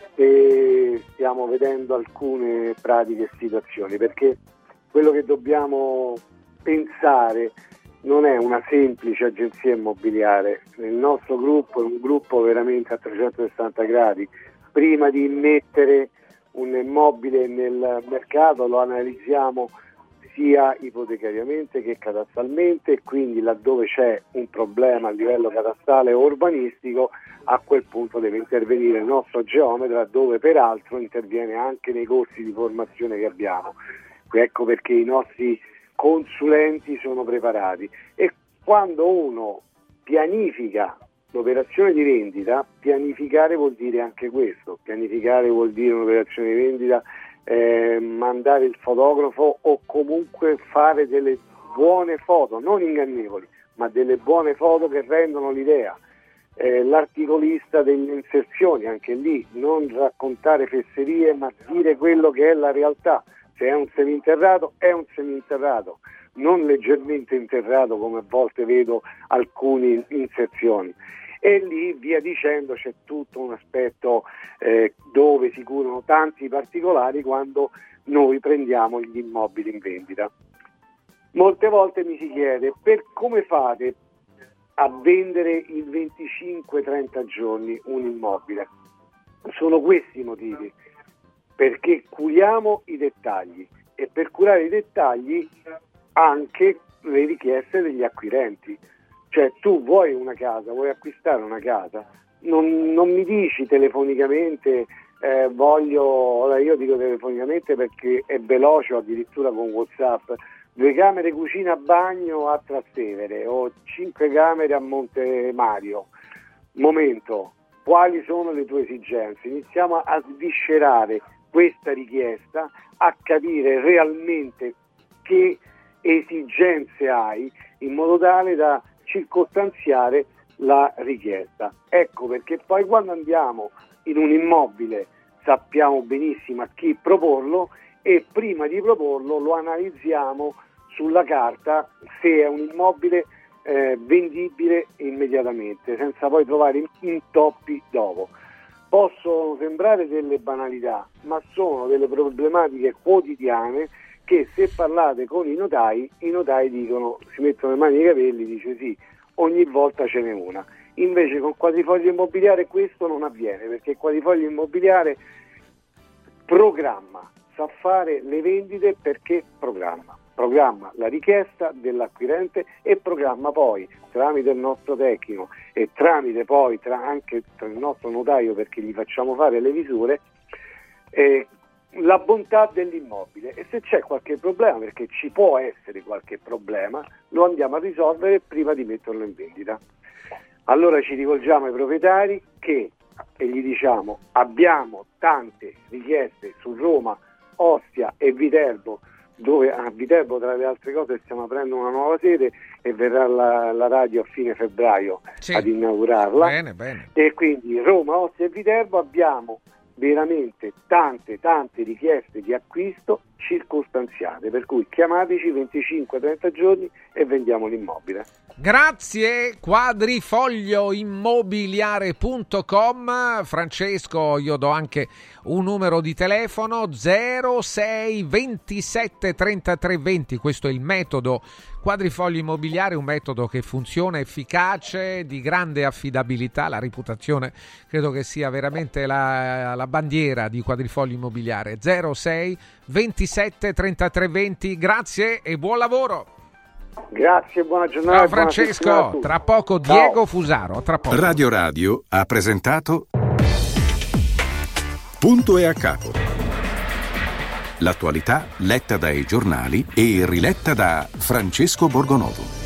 e stiamo vedendo alcune pratiche situazioni, perché quello che dobbiamo pensare non è una semplice agenzia immobiliare. Il nostro gruppo è un gruppo veramente a trecentosessanta gradi. Prima di mettere un immobile nel mercato lo analizziamo sia ipotecariamente che cadastsalmente e quindi laddove c'è un problema a livello catastale o urbanistico a quel punto deve intervenire il nostro geometra, dove peraltro interviene anche nei corsi di formazione che abbiamo. Ecco perché i nostri consulenti sono preparati e quando uno pianifica l'operazione di vendita, pianificare vuol dire anche questo, pianificare vuol dire un'operazione di vendita Eh, mandare il fotografo o comunque fare delle buone foto, non ingannevoli, ma delle buone foto che rendono l'idea. Eh, l'articolista delle inserzioni, anche lì, non raccontare fesserie, ma dire quello che è la realtà. Se è un seminterrato, è un seminterrato, non leggermente interrato come a volte vedo alcune inserzioni. E lì via dicendo c'è tutto un aspetto eh, dove si curano tanti particolari quando noi prendiamo gli immobili in vendita. Molte volte mi si chiede per come fate a vendere in venticinque trenta giorni un immobile. Sono questi i motivi, perché curiamo i dettagli e per curare i dettagli anche le richieste degli acquirenti. Cioè tu vuoi una casa, vuoi acquistare una casa, non, non mi dici telefonicamente eh, voglio, ora io dico telefonicamente perché è veloce o addirittura con WhatsApp, due camere cucina bagno a Trastevere o cinque camere a Monte Mario. Momento, quali sono le tue esigenze? Iniziamo a sviscerare questa richiesta, a capire realmente che esigenze hai in modo tale da circostanziare la richiesta. Ecco perché poi quando andiamo in un immobile sappiamo benissimo a chi proporlo e prima di proporlo lo analizziamo sulla carta se è un immobile eh, vendibile immediatamente, senza poi trovare intoppi dopo. Possono sembrare delle banalità, ma sono delle problematiche quotidiane che se parlate con i notai, i notai dicono, si mettono le mani nei capelli, dice sì, ogni volta ce n'è una. Invece con Quadrifoglio Immobiliare questo non avviene, perché il Quadrifoglio Immobiliare programma, sa fare le vendite perché programma. Programma la richiesta dell'acquirente e programma poi tramite il nostro tecnico e tramite poi tra, anche tra il nostro notaio, perché gli facciamo fare le visure, eh, la bontà dell'immobile. E se c'è qualche problema, perché ci può essere qualche problema, lo andiamo a risolvere prima di metterlo in vendita. Allora ci rivolgiamo ai proprietari che e gli diciamo abbiamo tante richieste su Roma, Ostia e Viterbo, dove a Viterbo tra le altre cose stiamo aprendo una nuova sede e verrà la, la radio a fine febbraio sì. ad inaugurarla. Bene, bene. E quindi Roma, Ostia e Viterbo abbiamo veramente tante tante richieste di acquisto circostanziate, per cui chiamateci venticinque trenta giorni e vendiamo l'immobile. Grazie, quadrifoglioimmobiliare punto com. Francesco, io do anche un numero di telefono zero sei ventisette trentatré venti. Questo è il metodo Quadrifoglio Immobiliare, un metodo che funziona, efficace, di grande affidabilità. La reputazione credo che sia veramente la, la bandiera di Quadrifoglio Immobiliare. Zero sei ventisette trentatré venti. Grazie e buon lavoro. Grazie, buona giornata. Ciao Francesco, tra poco Diego Ciao. Fusaro. Tra poco. Radio Radio ha presentato Punto e a capo. L'attualità letta dai giornali e riletta da Francesco Borgonovo.